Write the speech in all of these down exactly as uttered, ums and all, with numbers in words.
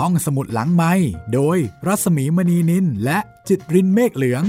ห้องสมุดหลังไมค์โดยรัศมีมณีนินและจิตรินเมฆเหลือง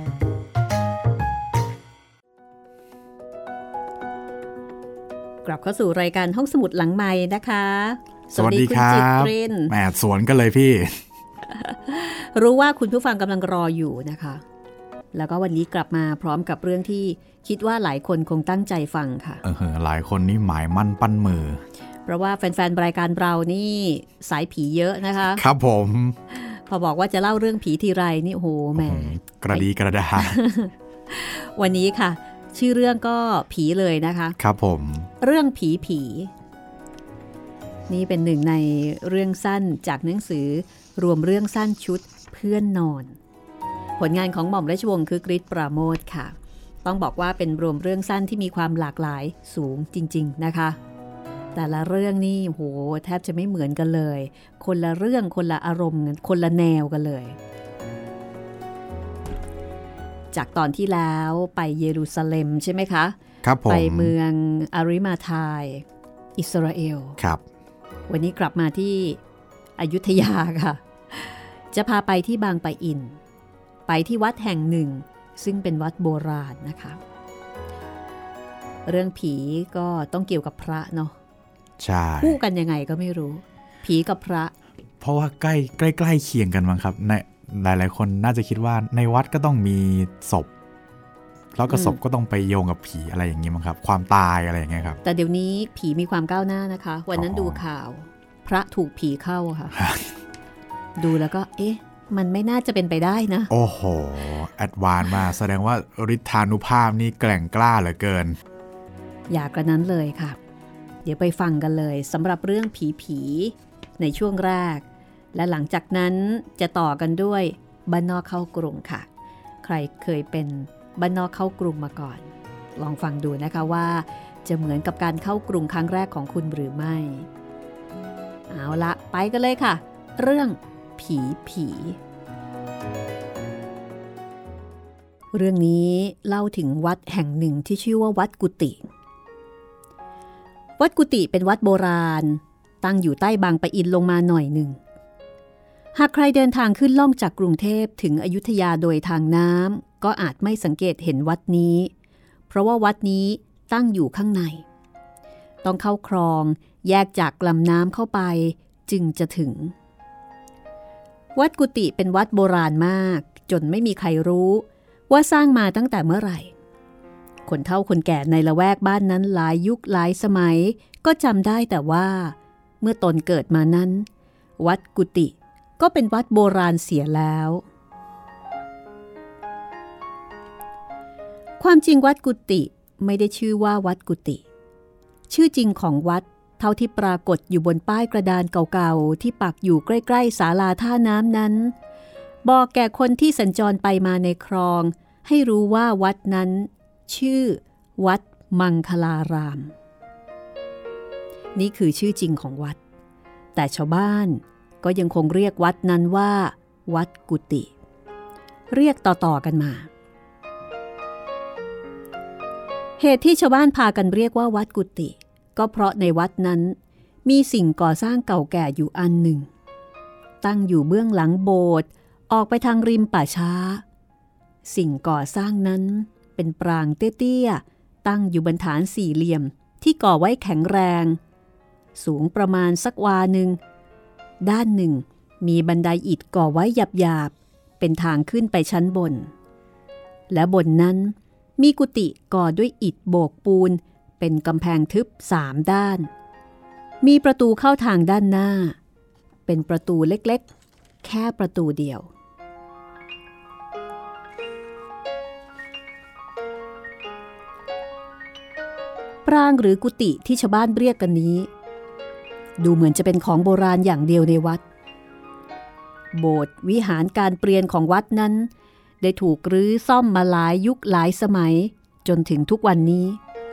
กลับเข้าสู่รายการห้องสมุดหลังไมค์นะคะสวัสดีครับแหมสวนกันเลยพี่รู้ว่าคุณผู้ฟังกำลังรออยู่นะคะแล้วก็วันนี้กลับมาพร้อมกับเรื่องที่คิดว่าหลายคนคงตั้งใจฟังค่ะเออหลายคนนี่หมายมั่นปั้นมือเพราะว่าแฟนๆรายการเรานี่สายผีเยอะนะคะครับผมพอบอกว่าจะเล่าเรื่องผีทีไรนี่โอ้โหแหมกระดีกระดาวันนี้ค่ะชื่อเรื่องก็ผีเลยนะคะครับผมเรื่องผีผีนี่เป็นหนึ่งในเรื่องสั้นจากหนังสือรวมเรื่องสั้นชุดเพื่อนนอนผลงานของหม่อมราชวงศ์คือกฤษปราโมทค่ะต้องบอกว่าเป็นรวมเรื่องสั้นที่มีความหลากหลายสูงจริงๆนะคะแต่ละเรื่องนี่โหแทบจะไม่เหมือนกันเลยคนละเรื่องคนละอารมณ์คนละแนวกันเลยจากตอนที่แล้วไปเยรูซาเล็มใช่ไหมคะครับผมไปเมืองอาริมาไทยอิสราเอลครับวันนี้กลับมาที่อยุธยาค่ะจะพาไปที่บางปะอินไปที่วัดแห่งหนึ่งซึ่งเป็นวัดโบราณนะคะเรื่องผีก็ต้องเกี่ยวกับพระเนาะใช่คู่กันยังไงก็ไม่รู้ผีกับพระเพราะว่าใกล้ใกล้ใกล้เคียงกันมั้งครับในหลายๆคนน่าจะคิดว่าในวัดก็ต้องมีศพแล้วก็ศพก็ต้องไปโยงกับผีอะไรอย่างนี้มั้งครับความตายอะไรอย่างเงี้ยครับแต่เดี๋ยวนี้ผีมีความก้าวหน้านะคะวันนั้นดูข่าวพระถูกผีเข้าค่ะ ดูแล้วก็เอ๊ะมันไม่น่าจะเป็นไปได้นะโอ้โหแอดวานซ์มากแสดงว่าฤทธานุภาพนี่แกร่งกล้าเหลือเกินอย่ากระนั้นเลยค่ะเดี๋ยวไปฟังกันเลยสำหรับเรื่องผีผีในช่วงแรกและหลังจากนั้นจะต่อกันด้วยบ้านนอกเข้ากรุงค่ะใครเคยเป็นบ้านนอกเข้ากรุงมาก่อนลองฟังดูนะคะว่าจะเหมือนกับการเข้ากรุงครั้งแรกของคุณหรือไม่เอาละไปกันเลยค่ะเรื่องผีผีเรื่องนี้เล่าถึงวัดแห่งหนึ่งที่ชื่อว่าวัดกุฏิวัดกุฏิเป็นวัดโบราณตั้งอยู่ใต้บางปะอินลงมาหน่อยหนึ่งหากใครเดินทางขึ้นล่องจากกรุงเทพถึงอยุธยาโดยทางน้ำก็อาจไม่สังเกตเห็นวัดนี้เพราะว่าวัดนี้ตั้งอยู่ข้างในต้องเข้าคลองแยกจากลำน้ำเข้าไปจึงจะถึงวัดกุฏิเป็นวัดโบราณมากจนไม่มีใครรู้ว่าสร้างมาตั้งแต่เมื่อไหร่คนเฒ่าคนแก่ในละแวกบ้านนั้นหลายยุคหลายสมัยก็จำได้แต่ว่าเมื่อตนเกิดมานั้นวัดกุฏิก็เป็นวัดโบราณเสียแล้วความจริงวัดกุฏิไม่ได้ชื่อว่าวัดกุฏิชื่อจริงของวัดเท่าที่ปรากฏอยู่บนป้ายกระดานเก่าๆที่ปักอยู่ใกล้ๆศาลาท่าน้ำนั้นบอกแก่คนที่สัญจรไปมาในคลองให้รู้ว่าวัดนั้นชื่อวัดมังคลารามนี่คือชื่อจริงของวัดแต่ชาวบ้านก็ยังคงเรียกวัดนั้นว่าวัดกุฏิเรียกต่อๆกันมาเหตุที่ชาวบ้านพากันเรียกว่าวัดกุฏิก็เพราะในวัดนั้นมีสิ่งก่อสร้างเก่าแก่อยู่อันหนึ่งตั้งอยู่เบื้องหลังโบสถ์ออกไปทางริมป่าช้าสิ่งก่อสร้างนั้นเป็นปรางเตี้ยๆตั้งอยู่บนฐานสี่เหลี่ยมที่ก่อไว้แข็งแรงสูงประมาณสักวาหนึ่งด้านหนึ่งมีบันไดอิฐก่อไว้หยาบๆเป็นทางขึ้นไปชั้นบนและบนนั้นมีกุฏิก่อด้วยอิฐโบกปูนเป็นกำแพงทึบสามด้านมีประตูเข้าทางด้านหน้าเป็นประตูเล็กๆแค่ประตูเดียวปรางหรือกุฏิที่ชาวบ้านเรียกกันนี้ดูเหมือนจะเป็นของโบราณอย่างเดียวในวัดโบสถ์วิหารการเปลี่ยนของวัดนั้นได้ถูกรื้อซ่อมมาหลายยุคหลายสมัยจนถึงทุกวันนี้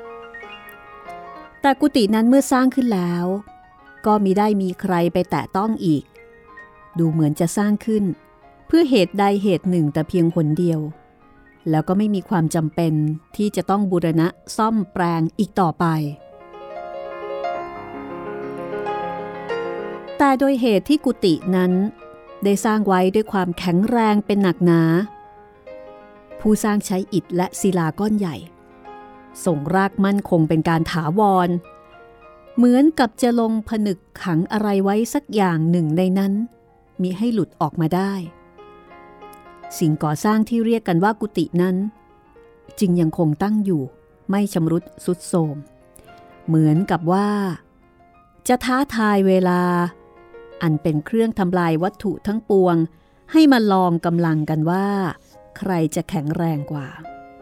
แต่กุฏินั้นเมื่อสร้างขึ้นแล้วก็มิได้มีใครไปแตะต้องอีกดูเหมือนจะสร้างขึ้นเพื่อเหตุใดเหตุหนึ่งแต่เพียงหนเดียวแล้วก็ไม่มีความจำเป็นที่จะต้องบูรณะซ่อมแปลงอีกต่อไปแต่โดยเหตุที่กุฏินั้นได้สร้างไว้ด้วยความแข็งแรงเป็นหนักหนาผู้สร้างใช้อิฐและศิลาก้อนใหญ่ส่งรากมั่นคงเป็นการถาวรเหมือนกับจะลงผนึกขังอะไรไว้สักอย่างหนึ่งในนั้นมิให้หลุดออกมาได้สิ่งก่อสร้างที่เรียกกันว่ากุฏินั้นจึงยังคงตั้งอยู่ไม่ชำรุดทรุดโทรมเหมือนกับว่าจะท้าทายเวลาอันเป็นเครื่องทำลายวัตถุทั้งปวงให้มาลองกำลังกันว่าใครจะแข็งแรงกว่า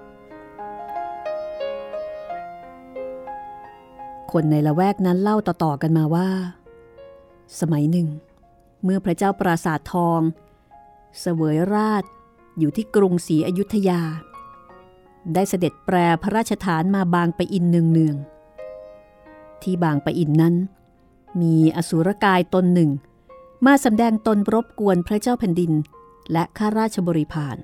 คนในละแวกนั้นเล่าต่อๆกันมาว่าสมัยหนึ่งเมื่อพระเจ้าปราสาททองเสวยราชอยู่ที่กรุงศรีอยุธยาได้เสด็จแปรพระราชฐานมาบางปะอินเนืองๆที่บางปะอินนั้นมีอสูรกายตนหนึ่งมาสำแดงตนรบกวนพระเจ้าแผ่นดินและข้าราชบริพาร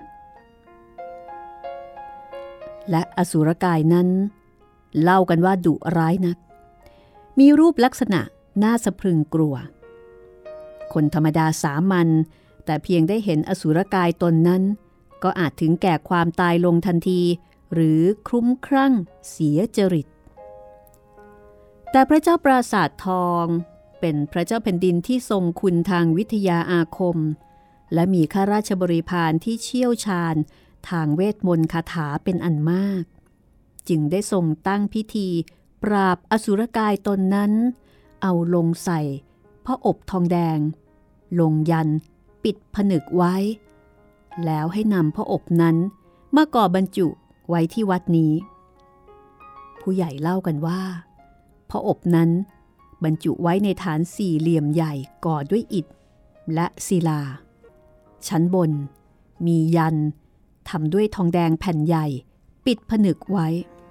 และอสูรกายนั้นเล่ากันว่าดุร้ายนักมีรูปลักษณะน่าสะพรึงกลัวคนธรรมดาสามัญแต่เพียงได้เห็นอสูรกายตนนั้นก็อาจถึงแก่ความตายลงทันทีหรือคลุ้มคลั่งเสียจริตแต่พระเจ้าปราสาททองเป็นพระเจ้าแผ่นดินที่ทรงคุณทางวิทยาอาคมและมีข้าราชบริพารที่เชี่ยวชาญทางเวทมนต์คาถาเป็นอันมากจึงได้ทรงตั้งพิธีปราบอสุรกายตนนั้นเอาลงใส่พระอบทองแดงลงยันปิดผนึกไว้แล้วให้นำพระอบนั้นมาก่อบรรจุไว้ที่วัดนี้ผู้ใหญ่เล่ากันว่าพระอบนั้นบรรจุไว้ในฐานสี่เหลี่ยมใหญ่ก่อด้วยอิฐและศิลาชั้นบนมียันทำด้วยทองแดงแผ่นใหญ่ปิดผนึกไว้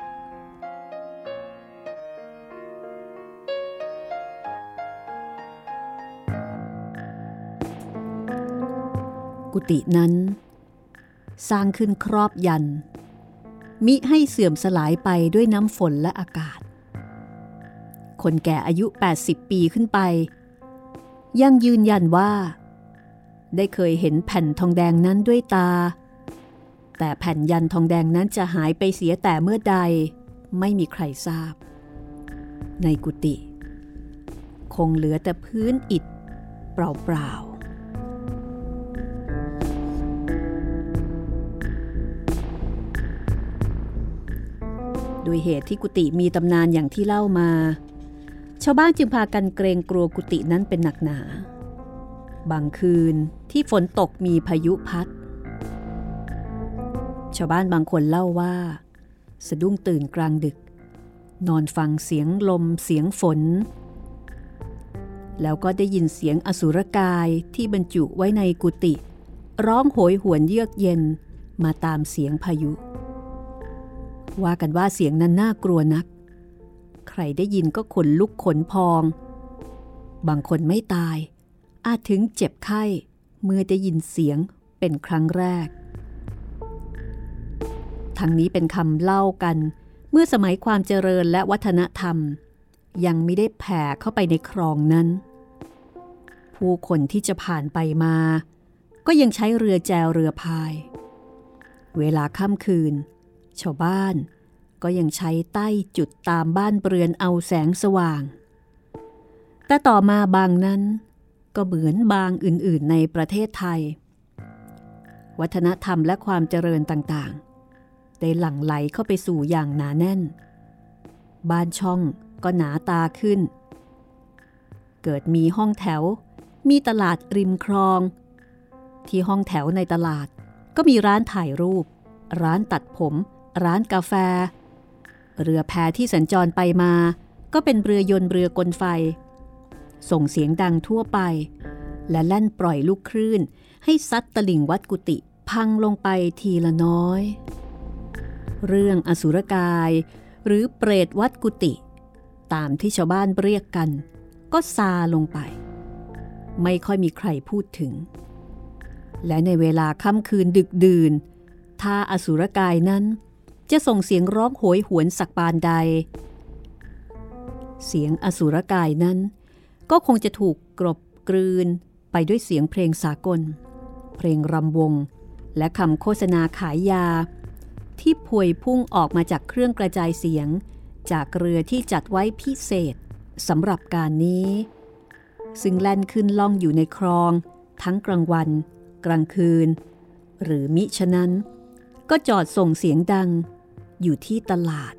กุฏินั้นสร้างขึ้นครอบยันมิให้เสื่อมสลายไปด้วยน้ำฝนและอากาศคนแก่อายุแปดสิบปีขึ้นไปยังยืนยันว่าได้เคยเห็นแผ่นทองแดงนั้นด้วยตาแต่แผ่นยันทองแดงนั้นจะหายไปเสียแต่เมื่อใดไม่มีใครทราบในกุฏิคงเหลือแต่พื้นอิฐเปล่าๆโดยเหตุที่กุฏิมีตำนานอย่างที่เล่ามาชาวบ้านจึงพากันเกรงกลัวกุฏินั้นเป็นหนักหนาบางคืนที่ฝนตกมีพายุพัดชาวบ้านบางคนเล่าว่าสะดุ้งตื่นกลางดึกนอนฟังเสียงลมเสียงฝนแล้วก็ได้ยินเสียงอสุรกายที่บรรจุไว้ในกุฏิร้องโหยหวนเยือกเย็นมาตามเสียงพายุว่ากันว่าเสียงนั้นน่ากลัวนักใครได้ยินก็ขนลุกขนพองบางคนไม่ตายอาจถึงเจ็บไข้เมื่อได้ยินเสียงเป็นครั้งแรกทั้งนี้เป็นคำเล่ากันเมื่อสมัยความเจริญและวัฒนธรรมยังไม่ได้แผ่เข้าไปในคลองนั้นผู้คนที่จะผ่านไปมาก็ยังใช้เรือแจวเรือพายเวลาค่ำคืนชาวบ้านก็ยังใช้ใต้จุดตามบ้านเรือนเอาแสงสว่างแต่ต่อมาบางนั้นก็เหมือนบางอื่นๆในประเทศไทยวัฒนธรรมและความเจริญต่างๆได้หลั่งไหลเข้าไปสู่อย่างหนาแน่นบ้านช่องก็หนาตาขึ้นเกิดมีห้องแถวมีตลาดริมคลองที่ห้องแถวในตลาดก็มีร้านถ่ายรูปร้านตัดผมร้านกาแฟเรือแพที่สัญจรไปมาก็เป็นเรือยนต์เรือกลไฟส่งเสียงดังทั่วไปและแล่นปล่อยลูกคลื่นให้ซัดตลิ่งวัดกุฏิพังลงไปทีละน้อยเรื่องอสุรกายหรือเปรตวัดกุฏิตามที่ชาวบ้านเรียกกันก็ซาลงไปไม่ค่อยมีใครพูดถึงและในเวลาค่ำคืนดึกดื่นถ้าอสุรกายนั้นจะส่งเสียงร้องโหยหวนสักปานใดเสียงอสุรกายนั้นก็คงจะถูกกลบกลืนไปด้วยเสียงเพลงสากลเพลงรำวงและคำโฆษณาขายยาที่พวยพุ่งออกมาจากเครื่องกระจายเสียงจากเรือที่จัดไว้พิเศษสำหรับการนี้ซึ่งแล่นขึ้นล่องอยู่ในคลองทั้งกลางวันกลางคืนหรือมิฉะนั้นก็จอดส่งเสียงดังอยู่ที่ตลาด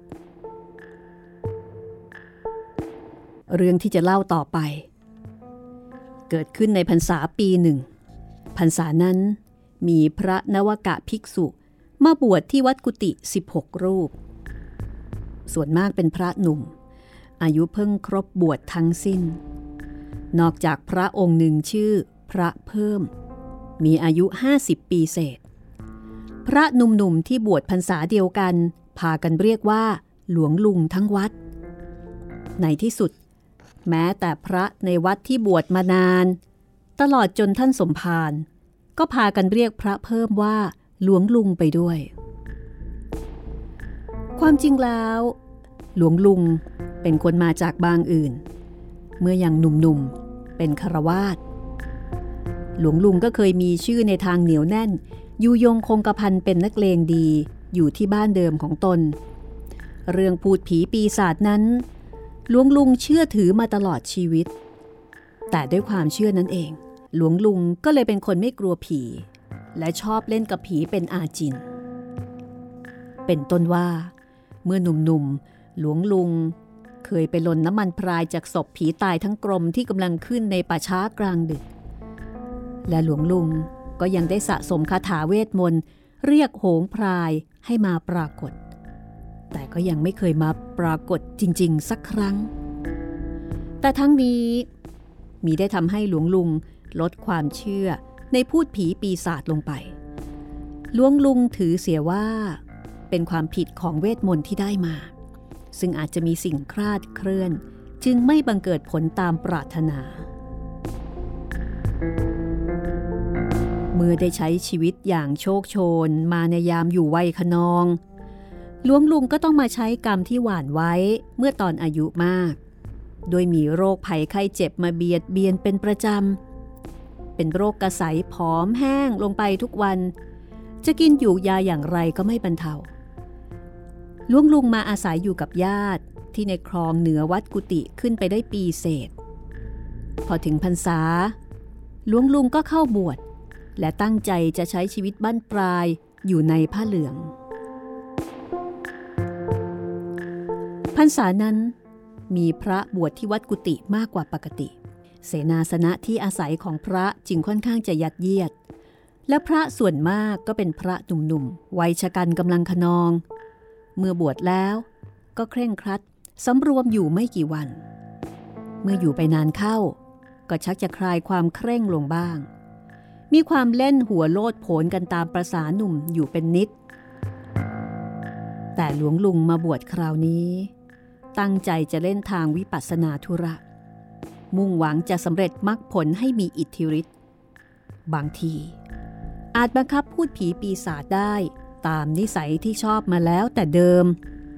เรื่องที่จะเล่าต่อไปเกิดขึ้นในพรรษาปีหนึ่งพรรษานั้นมีพระนวกะภิกษุมาบวชที่วัดกุฏิสิบหกรูปส่วนมากเป็นพระหนุ่มอายุเพิ่งครบบวชทั้งสิ้นนอกจากพระองค์หนึ่งชื่อพระเพิ่มมีอายุห้าสิบปีเศษพระหนุ่มๆที่บวชพรรษาเดียวกันพากันเรียกว่าหลวงลุงทั้งวัดในที่สุดแม้แต่พระในวัดที่บวชมานานตลอดจนท่านสมภารก็พากันเรียกพระเพิ่มว่าหลวงลุงไปด้วยความจริงแล้วหลวงลุงเป็นคนมาจากบางอื่นเมื่อยังหนุ่มๆเป็นฆราวาสหลวงลุงก็เคยมีชื่อในทางเหนียวแน่นอยู่ยงคงกระพันเป็นนักเลงดีอยู่ที่บ้านเดิมของตนเรื่องพูดผีปีศาจนั้นหลวงลุงเชื่อถือมาตลอดชีวิตแต่ด้วยความเชื่อนั้นเองหลวงลุงก็เลยเป็นคนไม่กลัวผีและชอบเล่นกับผีเป็นอาจินเป็นต้นว่าเมื่อหนุ่มๆหลวงลุงเคยไปลนน้ำมันพรายจากศพผีตายทั้งกลมที่กำลังขึ้นในป่าช้ากลางดึกและหลวงลุงก็ยังได้สะสมคาถาเวทมนต์เรียกโหงพรายให้มาปรากฏแต่ก็ยังไม่เคยมาปรากฏจริงๆสักครั้งแต่ทั้งนี้มีได้ทำให้หลวงลุงลดความเชื่อในพูดผีปีศาจลงไปหลวงลุงถือเสียว่าเป็นความผิดของเวทมนต์ที่ได้มาซึ่งอาจจะมีสิ่งคลาดเคลื่อนจึงไม่บังเกิดผลตามปรารถนาเมื่อได้ใช้ชีวิตอย่างโชคโชนมาในยามอยู่วัยคะนองหลวงลุงก็ต้องมาใช้กรรมที่หว่านไว้เมื่อตอนอายุมากโดยมีโรคภัยไข้เจ็บมาเบียดเบียนเป็นประจำเป็นโรคกระสายผอมแห้งลงไปทุกวันจะกินอยู่ยาอย่างไรก็ไม่บรรเทาหลวงลุงมาอาศัยอยู่กับญาติที่ในคลองเหนือวัดกุฏิขึ้นไปได้ปีเศษพอถึงพรรษาหลวงลุงก็เข้าบวชและตั้งใจจะใช้ชีวิตบั้นปลายอยู่ในผ้าเหลืองพรรษานั้นมีพระบวชที่วัดกุฏิมากกว่าปกติเสนาสนะที่อาศัยของพระจึงค่อนข้างจะยัดเยียดและพระส่วนมากก็เป็นพระหนุ่มๆวัยชะกันกำลังคะนองเมื่อบวชแล้วก็เคร่งครัดสำรวมอยู่ไม่กี่วันเมื่ออยู่ไปนานเข้าก็ชักจะคลายความเคร่งลงบ้างมีความเล่นหัวโลดโผนกันตามประสาหนุ่มอยู่เป็นนิดแต่หลวงลุงมาบวชคราวนี้ตั้งใจจะเล่นทางวิปัสสนาธุระมุ่งหวังจะสำเร็จมรรคผลให้มีอิทธิฤทธิ์บางทีอาจบังคับพูดผีปีศาจได้ตามนิสัยที่ชอบมาแล้วแต่เดิม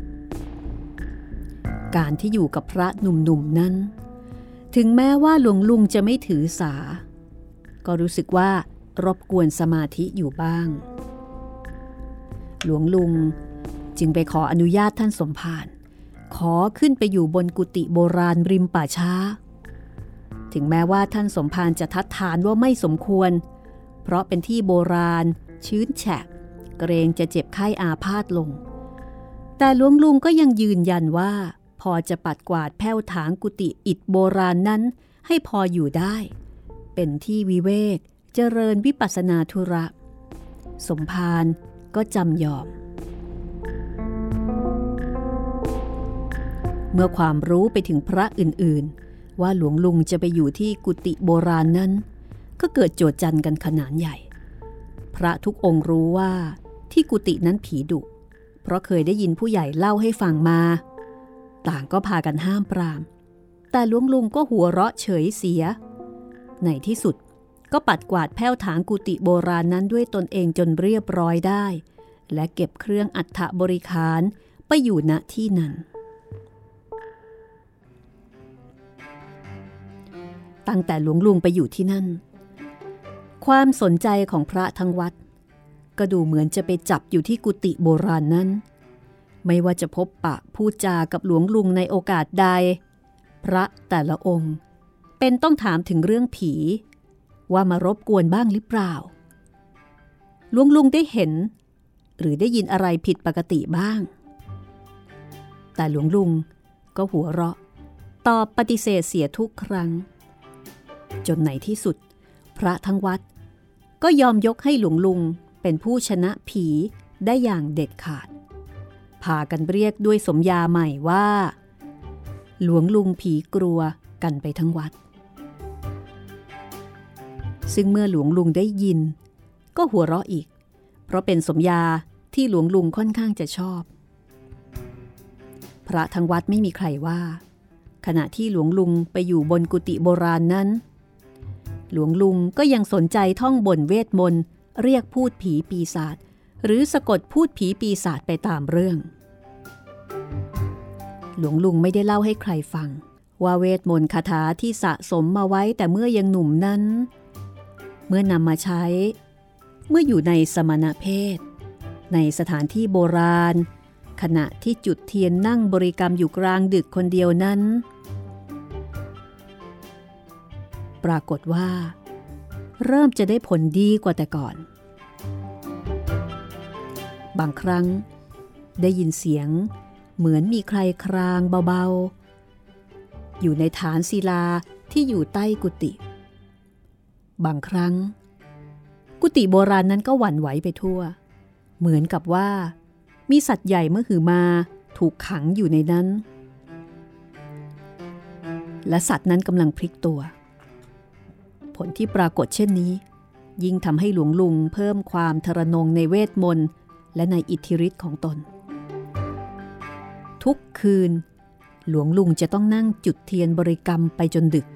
การที่อยู่กับพระหนุ่มๆนั้นถึงแม้ว่าหลวงลุงจะไม่ถือสาก็รู้สึกว่ารบกวนสมาธิอยู่บ้างหลวงลุงจึงไปขออนุญาตท่านสมภารขอขึ้นไปอยู่บนกุฏิโบราณริมป่าช้าถึงแม้ว่าท่านสมภารจะทัดทานว่าไม่สมควรเพราะเป็นที่โบราณชื้นแฉะเกรงจะเจ็บไข้อาพาธลงแต่หลวงลุงก็ยังยืนยันว่าพอจะปัดกวาดแผ้วถางกุฏิอิฐโบราณนั้นให้พออยู่ได้เป็นที่วิเวกเจริญวิปัสสนาธุระสมภารก็จำยอมเมื่อความรู้ไปถึงพระอื่นๆว่าหลวงลุงจะไปอยู่ที่กุฏิโบราณนั้นก็เกิดโจษจันกันขนาดใหญ่พระทุกองค์รู้ว่าที่กุฏินั้นผีดุเพราะเคยได้ยินผู้ใหญ่เล่าให้ฟังมาต่างก็พากันห้ามปรามแต่หลวงลุงก็หัวเราะเฉยเสียในที่สุดก็ปัดกวาดแผ้วถางกุฏิโบราณนั้นด้วยตนเองจนเรียบร้อยได้และเก็บเครื่องอัฐบริขารไปอยู่ณที่นั้นตั้งแต่หลวงลุงไปอยู่ที่นั่นความสนใจของพระทั้งวัดก็ดูเหมือนจะไปจับอยู่ที่กุฏิโบราณนั้นไม่ว่าจะพบปะพูดจากับหลวงลุงในโอกาสใดพระแต่ละองค์เป็นต้องถามถึงเรื่องผีว่ามารบกวนบ้างหรือเปล่าหลวงลุงได้เห็นหรือได้ยินอะไรผิดปกติบ้างแต่หลวงลุงก็หัวเราะตอบปฏิเสธเสียทุกครั้งจนในที่สุดพระทั้งวัดก็ยอมยกให้หลวงลุงเป็นผู้ชนะผีได้อย่างเด็ดขาดพากันเรียกด้วยสมญาใหม่ว่าหลวงลุงผีกลัวกันไปทั้งวัดซึ่งเมื่อหลวงลุงได้ยินก็หัวเราะอีกเพราะเป็นสมญาที่หลวงลุงค่อนข้างจะชอบพระทั้งวัดไม่มีใครว่าขณะที่หลวงลุงไปอยู่บนกุฏิโบราณนั้นหลวงลุงก็ยังสนใจท่องบนเวทมนต์เรียกพูดผีปีศาจหรือสะกดพูดผีปีศาจไปตามเรื่องหลวงลุงไม่ได้เล่าให้ใครฟังว่าเวทมนต์คาถาที่สะสมมาไว้แต่เมื่อยังหนุ่มนั้นเมื่อนำมาใช้เมื่ออยู่ในสมณเพศในสถานที่โบราณขณะที่จุดเทียนนั่งบริกรรมอยู่กลางดึกคนเดียวนั้นปรากฏว่าเริ่มจะได้ผลดีกว่าแต่ก่อนบางครั้งได้ยินเสียงเหมือนมีใครครางเบาๆอยู่ในฐานศิลาที่อยู่ใต้กุฏิบางครั้งกุฏิโบราณนั้นก็หวั่นไหวไปทั่วเหมือนกับว่ามีสัตว์ใหญ่มหึมาถูกขังอยู่ในนั้นและสัตว์นั้นกำลังพลิกตัวผลที่ปรากฏเช่นนี้ยิ่งทำให้หลวงลุงเพิ่มความทรนงในเวทมนต์และในอิทธิฤทธิ์ของตนทุกคืนหลวงลุงจะต้องนั่งจุดเทียนบริกรรมไปจนดึก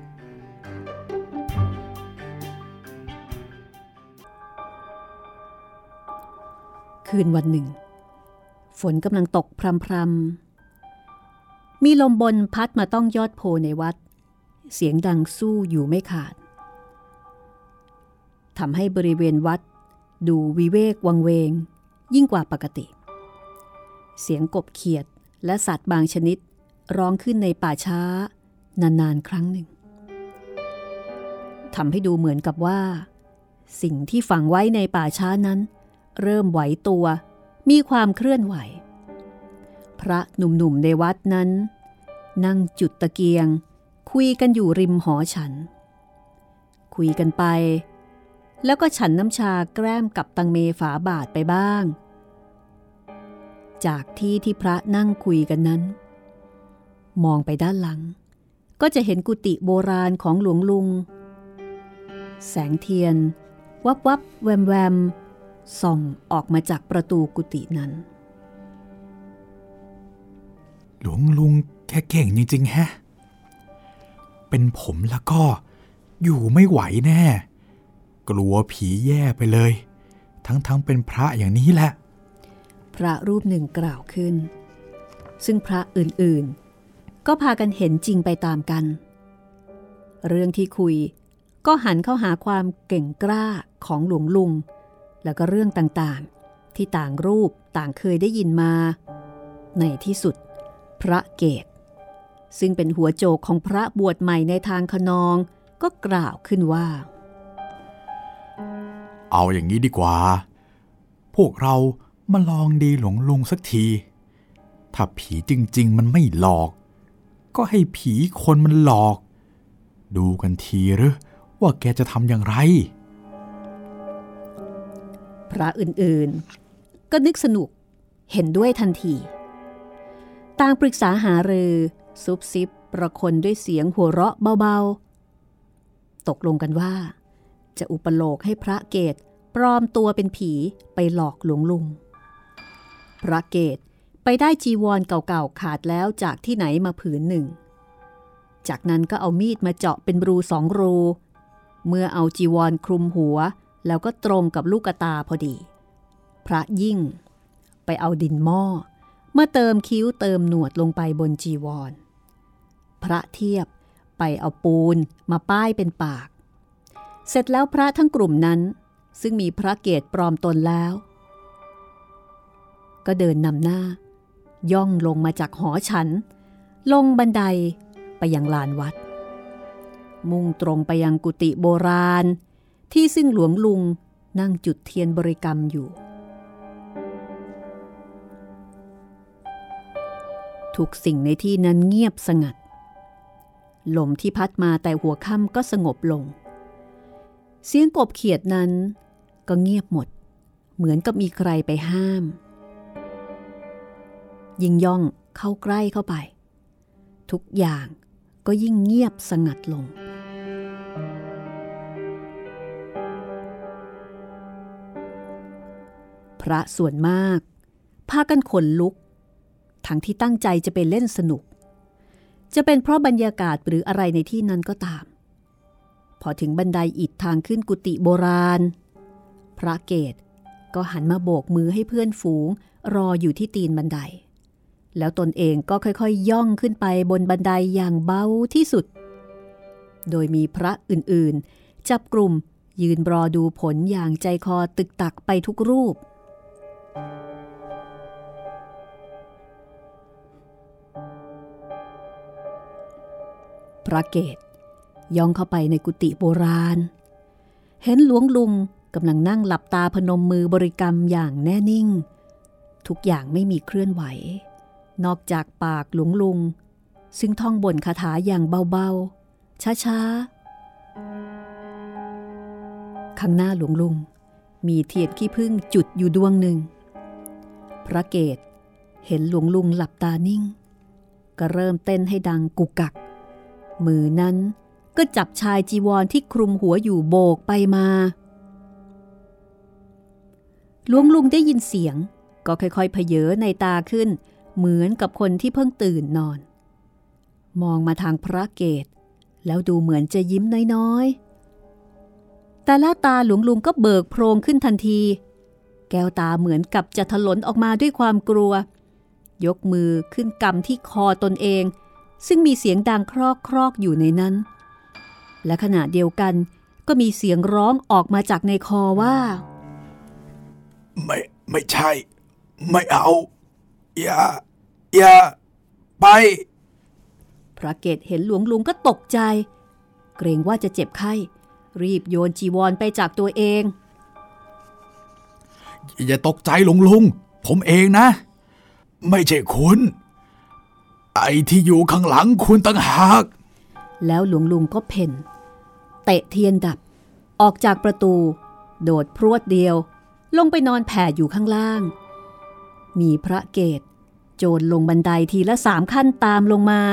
คืนวันหนึ่งฝนกำลังตกพรำๆมีลมบนพัดมาต้องยอดโพในวัดเสียงดังสู้อยู่ไม่ขาดทำให้บริเวณวัดดูวิเวกวังเวงยิ่งกว่าปกติเสียงกบเขียดและสัตว์บางชนิดร้องขึ้นในป่าช้านานๆครั้งหนึ่งทำให้ดูเหมือนกับว่าสิ่งที่ฝังไว้ในป่าช้านั้นเริ่มไหวตัวมีความเคลื่อนไหวพระหนุ่มๆในวัดนั้นนั่งจุดตะเกียงคุยกันอยู่ริมหอฉันคุยกันไปแล้วก็ฉันน้ำชาแกล้มกับตังเมฝาบาทไปบ้างจากที่ที่พระนั่งคุยกันนั้นมองไปด้านหลังก็จะเห็นกุฏิโบราณของหลวงลุงแสงเทียนวับวับแวมแวมส่องออกมาจากประตูกุฏินั้นหลวงลุงแค่เก่งจริงๆแฮะเป็นผมแล้วก็อยู่ไม่ไหวแน่กลัวผีแย่ไปเลยทั้งๆเป็นพระอย่างนี้แหละพระรูปหนึ่งกล่าวขึ้นซึ่งพระอื่นๆก็พากันเห็นจริงไปตามกันเรื่องที่คุยก็หันเข้าหาความเก่งกล้าของหลวงลุงแล้วก็เรื่องต่างๆที่ต่างรูปต่างเคยได้ยินมาในที่สุดพระเกศซึ่งเป็นหัวโจกของพระบวชใหม่ในทางขนองก็กล่าวขึ้นว่าเอาอย่างนี้ดีกว่าพวกเรามาลองดีหลวงลุงสักทีถ้าผีจริงๆมันไม่หลอกก็ให้ผีคนมันหลอกดูกันทีหรือว่าแกจะทำอย่างไรพระอื่นๆก็นึกสนุกเห็นด้วยทันทีต่างปรึกษาหารือซุบซิบประคนด้วยเสียงหัวเราะเบาๆตกลงกันว่าจะอุปโลกให้พระเกศปลอมตัวเป็นผีไปหลอกหลวงลุงพระเกศไปได้จีวรเก่าๆขาดแล้วจากที่ไหนมาผืนหนึ่งจากนั้นก็เอามีดมาเจาะเป็นรูสองรูเมื่อเอาจีวรคลุมหัวแล้วก็ตรงกับลูกตาพอดีพระยิ่งไปเอาดินหม้อมาเติมคิ้วเติมหนวดลงไปบนจีวรพระเทียบไปไปเอาปูนมาป้ายเป็นปากเสร็จแล้วพระทั้งกลุ่มนั้นซึ่งมีพระเกศปลอมตนแล้วก็เดินนำหน้าย่องลงมาจากหอฉันลงบันไดไปยังลานวัดมุ่งตรงไปยังกุฏิโบราณที่ซึ่งหลวงลุงนั่งจุดเทียนบริกรรมอยู่ทุกสิ่งในที่นั้นเงียบสงัดลมที่พัดมาแต่หัวค่ำก็สงบลงเสียงกบเขียดนั้นก็เงียบหมดเหมือนกับมีใครไปห้ามยิ่งย่องเข้าใกล้เข้าไปทุกอย่างก็ยิ่งเงียบสงัดลงพระส่วนมากพากันขนลุกทั้งที่ตั้งใจจะไปเล่นสนุกจะเป็นเพราะบรรยากาศหรืออะไรในที่นั้นก็ตามพอถึงบันไดอิฐทางขึ้นกุฏิโบราณพระเกศก็หันมาโบกมือให้เพื่อนฝูงรออยู่ที่ตีนบันไดแล้วตนเองก็ค่อยๆ ย่องขึ้นไปบนบันไดอย่างเบาที่สุดโดยมีพระอื่นๆจับกลุ่มยืนรอดูผลอย่างใจคอตึกตักไปทุกรูปพระเกศย่องเข้าไปในกุฏิโบราณเห็นหลวงลุงกำลังนั่งหลับตาพนมมือบริกรรมอย่างแน่นิ่งทุกอย่างไม่มีเคลื่อนไหวนอกจากปากหลวงลุงซึ่งท่องบนคาถาอย่างเบาๆช้าๆข้างหน้าหลวงลุงมีเทียนขี้ผึ้งจุดอยู่ดวงหนึ่งพระเกศเห็นหลวงลุงหลับตานิ่งก็เริ่มเต้นให้ดังกุกกักมือนั้นก็จับชายจีวรที่คลุมหัวอยู่โบกไปมาหลวงลุงได้ยินเสียงก็ค่อยๆเผยในตาขึ้นเหมือนกับคนที่เพิ่งตื่นนอนมองมาทางพระเกศแล้วดูเหมือนจะยิ้มน้อยๆแต่แล้วตาหลวงลุงก็เบิกโพรงขึ้นทันทีแก้วตาเหมือนกับจะถลนออกมาด้วยความกลัวยกมือขึ้นกำที่คอตนเองซึ่งมีเสียงดังครอกครอกอยู่ในนั้นและขณะเดียวกันก็มีเสียงร้องออกมาจากในคอว่าไม่ไม่ใช่ไม่เอาอย่าอย่าไปพระเกศเห็นหลวงลุงก็ตกใจเกรงว่าจะเจ็บไข้รีบโยนจีวรไปจากตัวเองอย่าตกใจหลวงลุงผมเองนะไม่ใช่คุณไอ้ที่อยู่ข้างหลังคุณต่างหากแล้วหลวงลุงก็เพ่นเตะเทียนดับออกจากประตูโดดพรวดเดียวลงไปนอนแผ่อยู่ข้างล่างมีพระเกศโจรลงบันไดทีละสามขั้นตามลงมา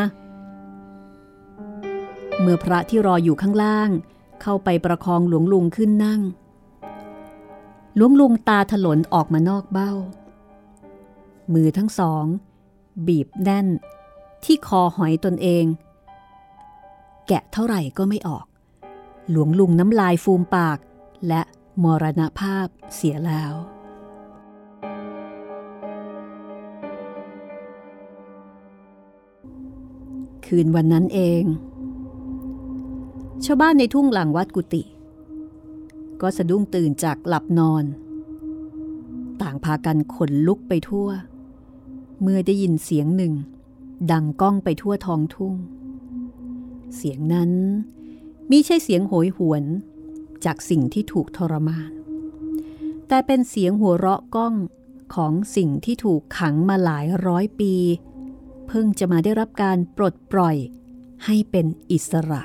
เมื่อพระที่รออยู่ข้างล่างเข้าไปประคองหลวงลุงขึ้นนั่งหลวงลุงตาถลนออกมานอกเบ้ามือทั้งสองบีบแน่นที่คอหอยตนเองแกะเท่าไหร่ก็ไม่ออกหลวงลุงน้ำลายฟูมปากและมรณภาพเสียแล้วคืนวันนั้นเองชาวบ้านในทุ่งหลังวัดกุฏิก็สะดุ้งตื่นจากหลับนอนต่างพากันขนลุกไปทั่วเมื่อได้ยินเสียงหนึ่งดังก้องไปทั่วท้องทุ่งเสียงนั้นมิใช่เสียงโหยหวนจากสิ่งที่ถูกทรมานแต่เป็นเสียงหัวเราะก้องของสิ่งที่ถูกขังมาหลายร้อยปีเพิ่งจะมาได้รับการปลดปล่อยให้เป็นอิสระ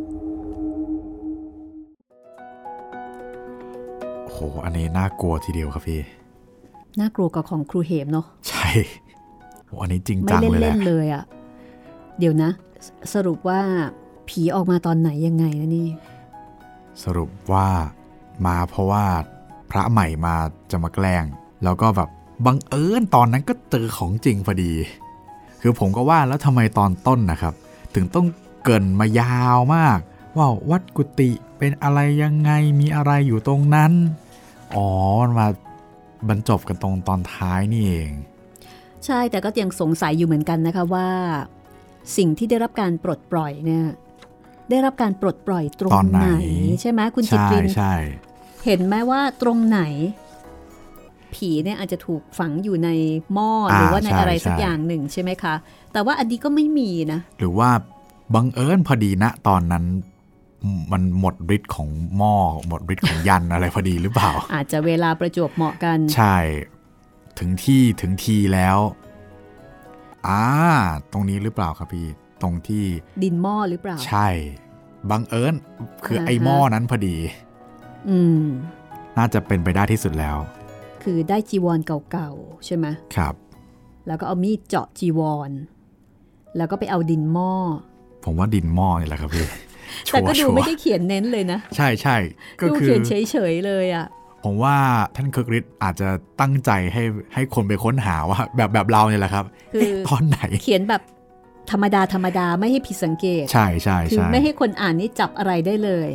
โอ้โหอันนี้น่ากลัวทีเดียวครับพี่น่ากลัวกับของครูเหมเนาะใช่โอ้อันนี้จริงจังเลยแหละไม่เล่นๆเลยอ่ะเดี๋ยวนะสรุปว่าผีออกมาตอนไหนยังไงนะนี่สรุปว่ามาเพราะว่าพระใหม่มาจะมาแกล้งแล้วก็แบบบังเอิญตอนนั้นก็เจอของจริงพอดีคือผมก็ว่าแล้วทำไมตอนต้นนะครับถึงต้องเกริ่นมายาวมากว่าวัดกุฏิเป็นอะไรยังไงมีอะไรอยู่ตรงนั้นอ๋อมันมาบรรจบกันตรงตอนท้ายนี่เองใช่แต่ก็ยังสงสัยอยู่เหมือนกันนะคะว่าสิ่งที่ได้รับการปลดปล่อยเนี่ยได้รับการปลดปล่อยตรงไหนใช่ไหมคุณจิตรินใช่เห็นไหมว่าตรงไหนผีเนี่ยอาจจะถูกฝังอยู่ในหม้อหรือว่าในอะไรสักอย่างหนึ่งใช่ไหมคะแต่ว่าอันนี้ก็ไม่มีนะหรือว่าบังเอิญพอดีนะตอนนั้นมันหมดฤทธิ์ของหม้อหมดฤทธิ์ของยัน อะไรพอดีหรือเปล่าอาจจะเวลาประจวบเหมาะกันใช่ถึงที่ถึงทีแล้วอ่าตรงนี้หรือเปล่าครับพี่ตรงที่ดินหม้อหรือเปล่าใช่บังเอิญคือไอ้หม้อนั้นพอดีอืมน่าจะเป็นไปได้ที่สุดแล้วคือได้จีวรเก่าๆใช่ไหมครับแล้วก็เอามีดเจาะจีวรแล้วก็ไปเอาดินหม้อผมว่าดินหม้อนี่แหละครับพี่แต่ก็ดูไม่ได้เขียนเน้นเลยนะใช่ใช่ก็คือเขียนเฉยๆเลยอ่ะผมว่าท่านเคิร์กฤทธิ์อาจจะตั้งใจให้ให้คนไปค้นหาว่าแบบแบบเราเนี่ยแหละครับคือตอนไหนเขียนแบบธรรมดาธรรมดาไม่ให้ผิดสังเกตใช่ใช่คือไม่ให้คนอ่านนี่จับอะไรได้เลย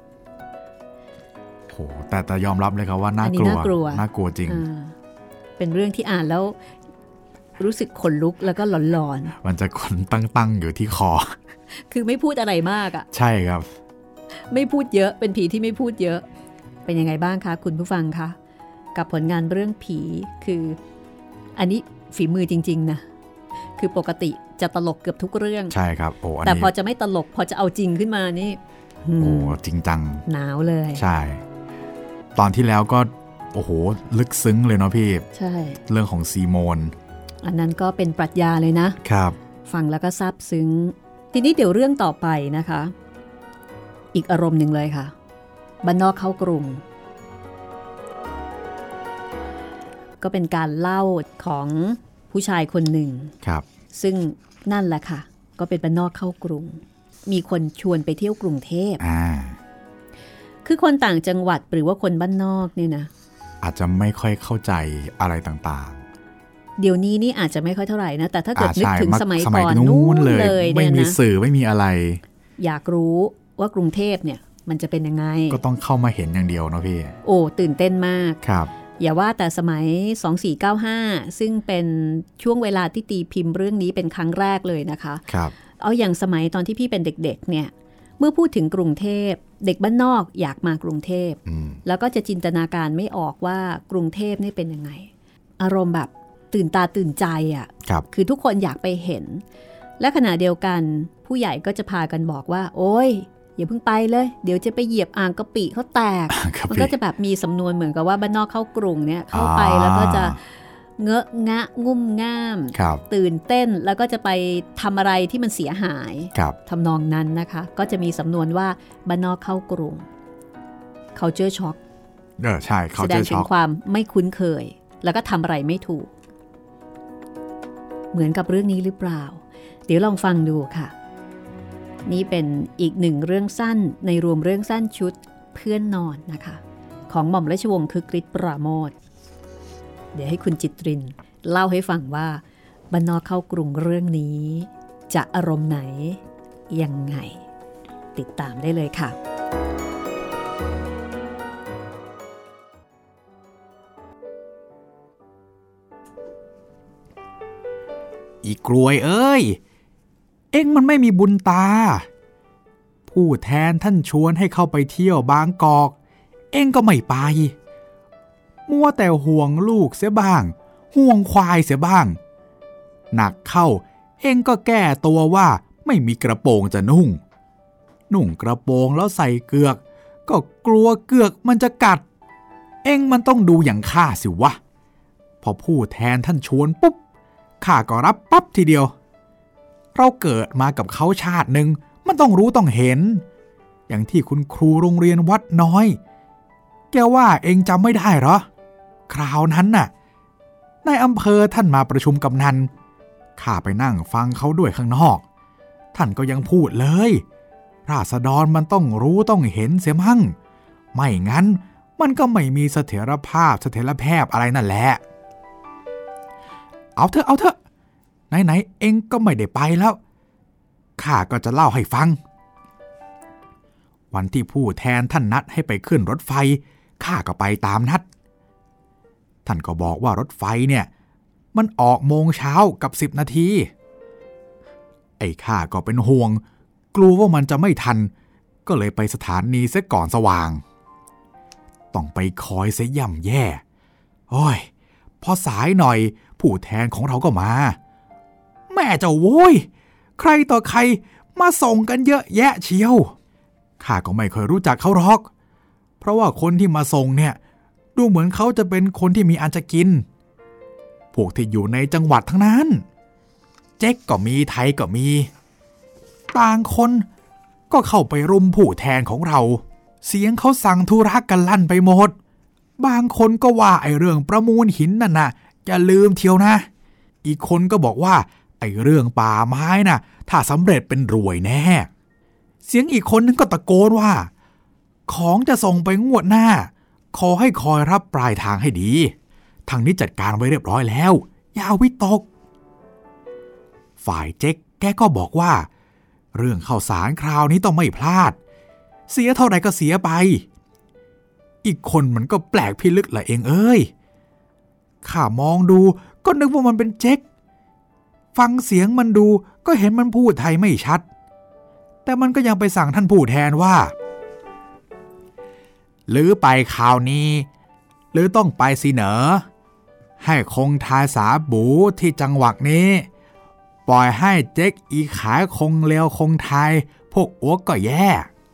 โหแต่แต่ยอมรับเลยครับว่าน่ากลัวน่ากลัวน่ากลัวจริงเป็นเรื่องที่อ่านแล้วรู้สึกขนลุกแล้วก็หลอนๆมันจะขนตั้งๆอยู่ที่คอคือไม่พูดอะไรมากอ่ะใช่ครับไม่พูดเยอะเป็นผีที่ไม่พูดเยอะเป็นยังไงบ้างคะคุณผู้ฟังคะกับผลงานเรื่องผีคืออันนี้ฝีมือจริงๆนะคือปกติจะตลกเกือบทุกเรื่องใช่ครับโอ้แต่พอจะไม่ตลกพอจะเอาจริงขึ้นมานี่โอ้จริงจังหนาวเลยใช่ตอนที่แล้วก็โอ้โหลึกซึ้งเลยเนาะพี่ใช่เรื่องของซีโมนอันนั้นก็เป็นปรัชญาเลยนะครับฟังแล้วก็ซาบซึ้งทีนี้เดี๋ยวเรื่องต่อไปนะคะอีกอารมณ์หนึ่งเลยค่ะบ้านนอกเข้ากรุงก็เป็นการเล่าของผู้ชายคนหนึ่งครับซึ่งนั่นแหละค่ะก็เป็นบ้านนอกเข้ากรุงมีคนชวนไปเที่ยวกรุงเทพอ่าคือคนต่างจังหวัดหรือว่าคนบ้านนอกเนี่ยนะอาจจะไม่ค่อยเข้าใจอะไรต่างๆเดี๋ยวนี้นี่อาจจะไม่ค่อยเท่าไหร่นะแต่ถ้าเกิดนึกถึงสมัยก่อนนู้นเลยไม่มีสื่อไม่มีอะไรอยากรู้ว่ากรุงเทพเนี่ยมันจะเป็นยังไงก็ต้องเข้ามาเห็นอย่างเดียวเนาะพี่โอ้ตื่นเต้นมากครับอย่าว่าแต่สมัยสองสี่เก้าห้าซึ่งเป็นช่วงเวลาที่ตีพิมพ์เรื่องนี้เป็นครั้งแรกเลยนะคะครับเอาอย่างสมัยตอนที่พี่เป็นเด็กๆเนี่ยเมื่อพูดถึงกรุงเทพเด็กบ้านนอกอยากมากรุงเทพแล้วก็จะจินตนาการไม่ออกว่ากรุงเทพนี่เป็นยังไงอารมณ์แบบตื่นตาตื่นใจอ่ะครับคือทุกคนอยากไปเห็นและขณะเดียวกันผู้ใหญ่ก็จะพากันบอกว่าโอ๊ยอย่าเพิ่งไปเลยเดี๋ยวจะไปเหยียบอ่างกะปิเขาแตกมันก็จะแบบมีสำนวนเหมือนกับว่าบ้านนอกเข้ากรุงเนี่ยเข้าไปแล้วก็จะเงอะงะงุ่มง่ามตื่นเต้นแล้วก็จะไปทำอะไรที่มันเสียหายทำนองนั้นนะคะก็จะมีสำนวนว่าบ้านนอกเข้ากรุง culture shock เออใช่ culture shock แสดงถึงความไม่คุ้นเคยแล้วก็ทำอะไรไม่ถูกเหมือนกับเรื่องนี้หรือเปล่าเดี๋ยวลองฟังดูค่ะนี่เป็นอีกหนึ่งเรื่องสั้นในรวมเรื่องสั้นชุดเพื่อนนอนนะคะของหม่อมราชวงศ์คึกฤทธิ์ปราโมทย์เดี๋ยวให้คุณจิตรินเล่าให้ฟังว่าบ้านนอกเข้ากรุงเรื่องนี้จะอารมณ์ไหนยังไงติดตามได้เลยค่ะอีกรวยเอ้ยเอ็งมันไม่มีบุญตาผู้แทนท่านชวนให้เข้าไปเที่ยวบางกอกเอ็งก็ไม่ไปมัวแต่ห่วงลูกเสียบ้างห่วงควายเสียบ้างหนักเข้าเอ็งก็แก้ตัวว่าไม่มีกระโปรงจะนุ่งนุ่งกระโปรงแล้วใส่เกือกก็กลัวเกือกมันจะกัดเอ็งมันต้องดูอย่างข้าสิวะพอผู้แทนท่านชวนปุ๊บข้าก็รับปั๊บทีเดียวเราเกิดมากับเขาชาติหนึ่งมันต้องรู้ต้องเห็นอย่างที่คุณครูโรงเรียนวัดน้อยแกว่าเองจำไม่ได้เหรอคราวนั้นน่ะนายอำเภอท่านมาประชุมกำนันข้าไปนั่งฟังเขาด้วยข้างนอกท่านก็ยังพูดเลยราษฎรมันต้องรู้ต้องเห็นเสียมั่งไม่งั้นมันก็ไม่มีเสถียรภาพเสถียรแภพอะไรนั่นแหละเอาเถอะเอาเถอะไหนๆเองก็ไม่ได้ไปแล้วข้าก็จะเล่าให้ฟังวันที่ผู้แทนท่านนัดให้ไปขึ้นรถไฟข้าก็ไปตามนัดท่านก็บอกว่ารถไฟเนี่ยมันออกโมงเช้ากับสิบนาทีไอ้ข้าก็เป็นห่วงกลัวว่ามันจะไม่ทันก็เลยไปสถานีเสียก่อนสว่างต้องไปคอยเสียย่ำแย่โอ้ยพอสายหน่อยผู้แทนของเราก็มาแม่เจ้าโว้ยใครต่อใครมาส่งกันเยอะแยะเชียวข้าก็ไม่เคยรู้จักเขาหรอกเพราะว่าคนที่มาส่งเนี่ยดูเหมือนเขาจะเป็นคนที่มีอันจะกินพวกที่อยู่ในจังหวัดทั้งนั้นเจ๊กก็มีไทยก็มีต่างคนก็เข้าไปรุมผู้แทนของเราเสียงเขาสั่งธุระกันลั่นไปหมดบางคนก็ว่าไอ้เรื่องประมูลหินนั่นน่ะอย่าลืมเที่ยวนะอีกคนก็บอกว่าไอ้เรื่องป่าไม้น่ะถ้าสำเร็จเป็นรวยแน่เสียงอีกคนนึงก็ตะโกนว่าของจะส่งไปงวดหน้าขอให้คอยรับปลายทางให้ดีทางนี้จัดการไว้เรียบร้อยแล้วอย่าวิตกฝ่ายเจ๊กแกก็บอกว่าเรื่องข้าวสารคราวนี้ต้องไม่พลาดเสียเท่าไหร่ก็เสียไปอีกคนมันก็แปลกพิลึกละเองเอ้ยข้ามองดูก็นึกว่ามันเป็นเจ๊กฟังเสียงมันดูก็เห็นมันพูดไทยไม่ชัดแต่มันก็ยังไปสั่งท่านผู้แทนว่าหรือไปคราวนี้หรือต้องไปสิเหนอให้คงทายสาบูที่จังหวัดนี้ปล่อยให้เจ๊กอีขายคงเลวคงไทยพวกอ้วกก็แย่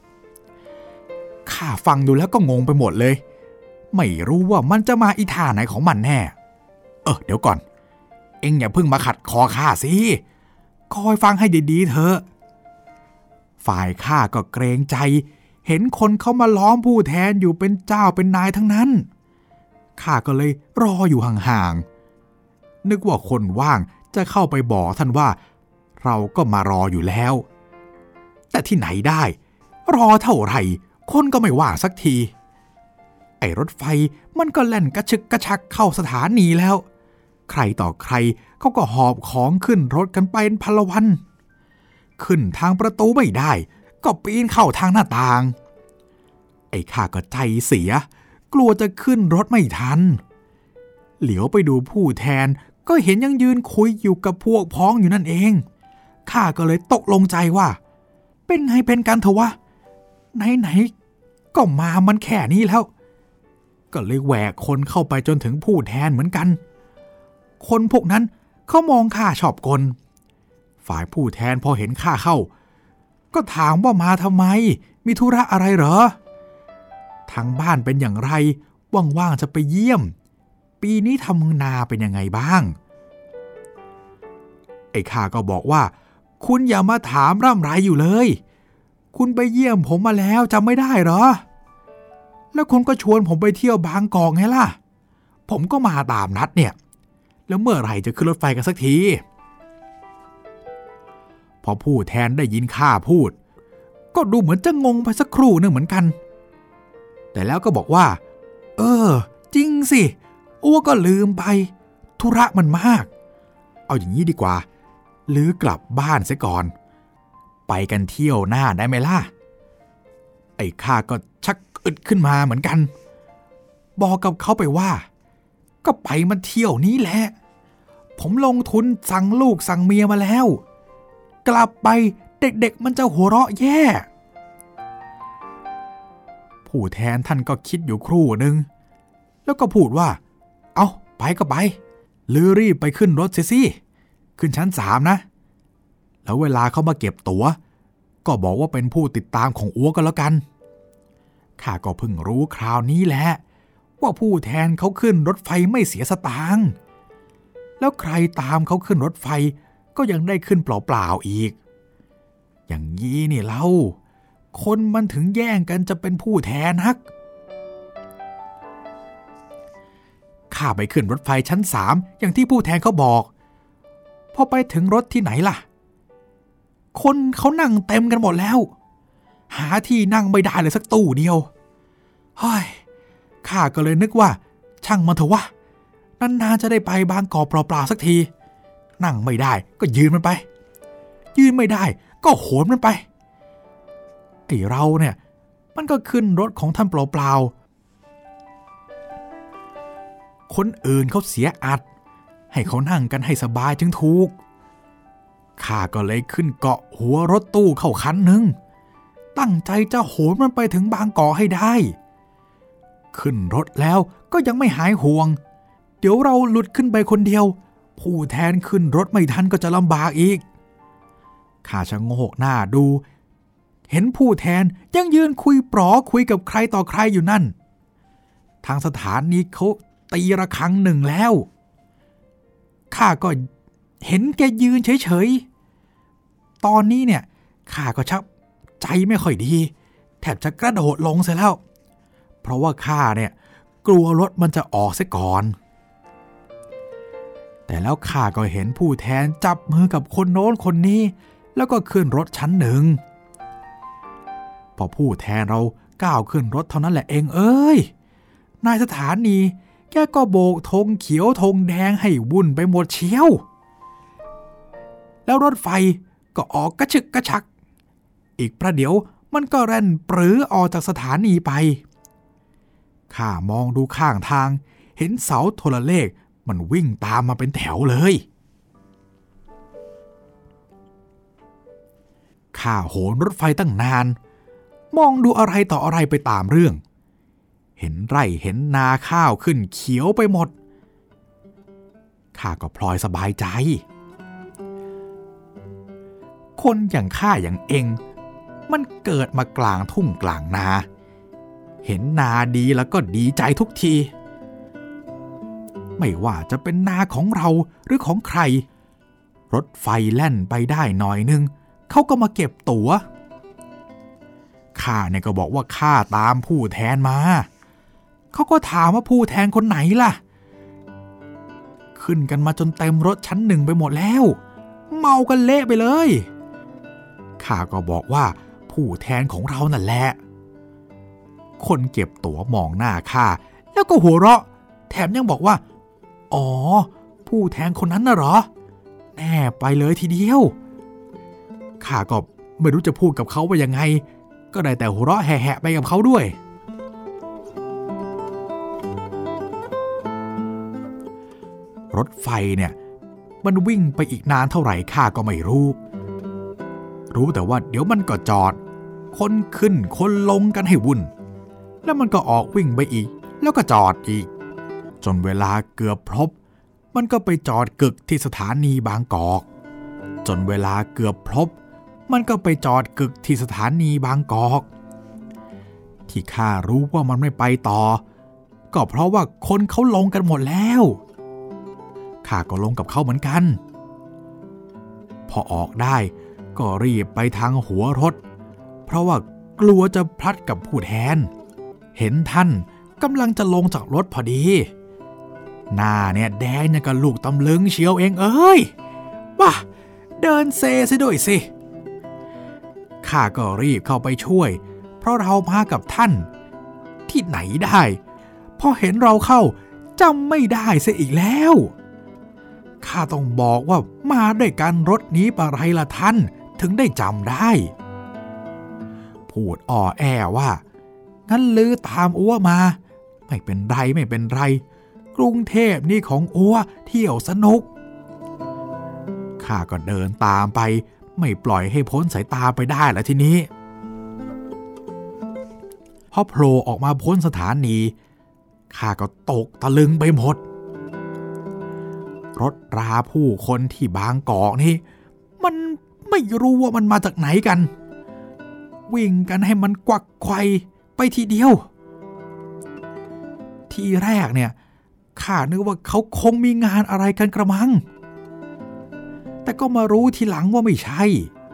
ข้าฟังดูแล้วก็งงไปหมดเลยไม่รู้ว่ามันจะมาอีท่าไหนของมันแน่เออเดี๋ยวก่อนเอ็งอย่าเพิ่งมาขัดคอข้าสิคอยฟังให้ดีๆเถอะฝ่ายข้าก็เกรงใจเห็นคนเขามาล้อมผู้แทนอยู่เป็นเจ้าเป็นนายทั้งนั้นข้าก็เลยรออยู่ห่างๆนึกว่าคนว่างจะเข้าไปบอกท่านว่าเราก็มารออยู่แล้วแต่ที่ไหนได้รอเท่าไหร่คนก็ไม่ว่างสักทีไอ้รถไฟมันก็แล่นกระชึกกระชักเข้าสถานีแล้วใครต่อใครเขาก็หอบของขึ้นรถกันไปเป็นพลวันขึ้นทางประตูไม่ได้ก็ปีนเข้าทางหน้าต่างไอ้ข้าก็ใจเสียกลัวจะขึ้นรถไม่ทันเหลียวไปดูผู้แทนก็เห็นยังยืนคุยอยู่กับพวกพ้องอยู่นั่นเองข้าก็เลยตกลงใจว่าเป็นไงเป็นกันเถอะวะไหนๆก็มามันแค่นี้แล้วก็เลยแหวกคนเข้าไปจนถึงผู้แทนเหมือนกันคนพวกนั้นเขามองข้าชอบกลฝ่ายผู้แทนพอเห็นข้าเข้าก็ถามว่ามาทำไมมีธุระอะไรเหรอทางบ้านเป็นอย่างไรว่างๆจะไปเยี่ยมปีนี้ทำนาเป็นยังไงบ้างไอ้ข้าก็บอกว่าคุณอย่ามาถามร่ำไรอยู่เลยคุณไปเยี่ยมผมมาแล้วจำไม่ได้เหรอแล้วคุณก็ชวนผมไปเที่ยวบางกอกไงล่ะผมก็มาตามนัดเนี่ยแล้วเมื่อไหร่จะขึ้นรถไฟกันสักทีพอผู้แทนได้ยินข้าพูดก็ดูเหมือนจะงงไปสักครู่นึงเหมือนกันแต่แล้วก็บอกว่าเออจริงสิอ้วก็ลืมไปธุระมันมากเอาอย่างนี้ดีกว่าหรือกลับบ้านเสียก่อนไปกันเที่ยวหน้าได้ไหมล่ะไอ้ข้าก็ชักอึดขึ้นมาเหมือนกันบอกกับเขาไปว่าก็ไปมันเที่ยวนี้แหละผมลงทุนสั่งลูกสั่งเมียมาแล้วกลับไปเด็กๆมันจะหัวเราะแย่ผู้แทนท่านก็คิดอยู่ครู่นึงแล้วก็พูดว่าเอาไปก็ไปลือรีบไปขึ้นรถเสียสิขึ้นชั้นสามนะแล้วเวลาเขามาเก็บตั๋วก็บอกว่าเป็นผู้ติดตามของอัวก็แล้วกันข้าก็เพิ่งรู้คราวนี้แหละว่าผู้แทนเขาขึ้นรถไฟไม่เสียสตางค์แล้วใครตามเขาขึ้นรถไฟก็ยังได้ขึ้นเปล่าๆอีกอย่างนี้นี่เล่าคนมันถึงแย่งกันจะเป็นผู้แทนนักข้าไปขึ้นรถไฟชั้นสามอย่างที่ผู้แทนเขาบอกพอไปถึงรถที่ไหนล่ะคนเขานั่งเต็มกันหมดแล้วหาที่นั่งไม่ได้เลยสักตู้เดียวเฮ้ยข้าก็เลยนึกว่าช่างมันเถอะวะนานๆจะได้ไปบางกอกเปล่าๆสักทีนั่งไม่ได้ก็ยืนมันไปยืนไม่ได้ก็โหนมันไปไอ้เราเนี่ยมันก็ขึ้นรถของท่านเปล่าๆคนอื่นเขาเสียอัดให้เขานั่งกันให้สบายถึงถูกข้าก็เลยขึ้นเกาะหัวรถตู้เข้าคันหนึ่งตั้งใจจะโหนมันไปถึงบางกอกให้ได้ขึ้นรถแล้วก็ยังไม่หายห่วงเดี๋ยวเราหลุดขึ้นไปคนเดียวผู้แทนขึ้นรถไม่ทันก็จะลำบากอีกข้าชะโงกหน้าดูเห็นผู้แทนยังยืนคุยปลอคุยกับใครต่อใครอยู่นั่นทางสถานีเขาตีระฆังหนึ่งแล้วข้าก็เห็นแกยืนเฉยๆตอนนี้เนี่ยข้าก็ชักใจไม่ค่อยดีแทบจะกระโดดลงเสียแล้วเพราะว่าข้าเนี่ยกลัวรถมันจะออกเสียก่อนแต่แล้วข้าก็เห็นผู้แทนจับมือกับคนโน้นคนนี้แล้วก็ขึ้นรถชั้นหนึ่งพอผู้แทนเราก้าวขึ้นรถเท่านั้นแหละเองเอ้ยนายสถานีแกก็โบกธงเขียวธงแดงให้วุ่นไปหมดเชียวแล้วรถไฟก็ออกกระชึกกระชักอีกประเดี๋ยวมันก็แล่นปรือออกจากสถานีไปข้ามองดูข้างทางเห็นเสาโทรเลขมันวิ่งตามมาเป็นแถวเลยข้าโหนรถไฟตั้งนานมองดูอะไรต่ออะไรไปตามเรื่องเห็นไร่เห็นนาข้าวขึ้นเขียวไปหมดข้าก็พลอยสบายใจคนอย่างข้าอย่างเองมันเกิดมากลางทุ่งกลางนาเห็นนาดีแล้วก็ดีใจทุกทีไม่ว่าจะเป็นนาของเราหรือของใครรถไฟแล่นไปได้หน่อยนึงเขาก็มาเก็บตั๋วข้าเนี่ยก็บอกว่าข้าตามผู้แทนมาเขาก็ถามว่าผู้แทนคนไหนล่ะขึ้นกันมาจนเต็มรถชั้นหนึ่งไปหมดแล้วเมากันเละไปเลยข้าก็บอกว่าผู้แทนของเรานั่นแหละคนเก็บตั๋วมองหน้าข้าแล้วก็หัวเราะแถมยังบอกว่าอ๋อผู้แทนคนนั้นน่ะเหรอแน่ไปเลยทีเดียวข้าก็ไม่รู้จะพูดกับเขาว่ายังไงก็ได้แต่หัวเราะแหะๆไปกับเขาด้วยรถไฟเนี่ยมันวิ่งไปอีกนานเท่าไหร่ข้าก็ไม่รู้รู้แต่ว่าเดี๋ยวมันก็จอดคนขึ้นคนลงกันให้วุ่นแล้วมันก็ออกวิ่งไปอีกแล้วก็จอดอีกจนเวลาเกือบครบมันก็ไปจอดกึกที่สถานีบางกอกจนเวลาเกือบครบมันก็ไปจอดกึกที่สถานีบางกอกที่ข้ารู้ว่ามันไม่ไปต่อก็เพราะว่าคนเขาลงกันหมดแล้วข้าก็ลงกับเขาเหมือนกันพอออกได้ก็รีบไปทางหัวรถเพราะว่ากลัวจะพลัดกับผู้แทนเห็นท่านกำลังจะลงจากรถพอดีหน้าเนี่ยแดงเนี่ยกับลูกตำลึงเชียวเองเอ้ยว้าเดินเซซะด้วยสิข้าก็รีบเข้าไปช่วยเพราะเรามากับท่านที่ไหนได้พอเห็นเราเข้าจำไม่ได้เสียอีกแล้วข้าต้องบอกว่ามาด้วยกันรถนี้ปะไรล่ะท่านถึงได้จำได้พูดอ้อแอว่างั้นลือตามอัวมาไม่เป็นไรไม่เป็นไรกรุงเทพนี่ของอัวเที่ยวสนุกข้าก็เดินตามไปไม่ปล่อยให้พ้นสายตาไปได้แล้วทีนี้พอโผล่ออกมาพ้นสถานีข้าก็ตกตะลึงไปหมดรถราผู้คนที่บางกอกนี่มันไม่รู้ว่ามันมาจากไหนกันวิ่งกันให้มันกวักไขว่ไปทีเดียวทีแรกเนี่ยข้านึกว่าเขาคงมีงานอะไรกันกระมังแต่ก็มารู้ทีหลังว่าไม่ใช่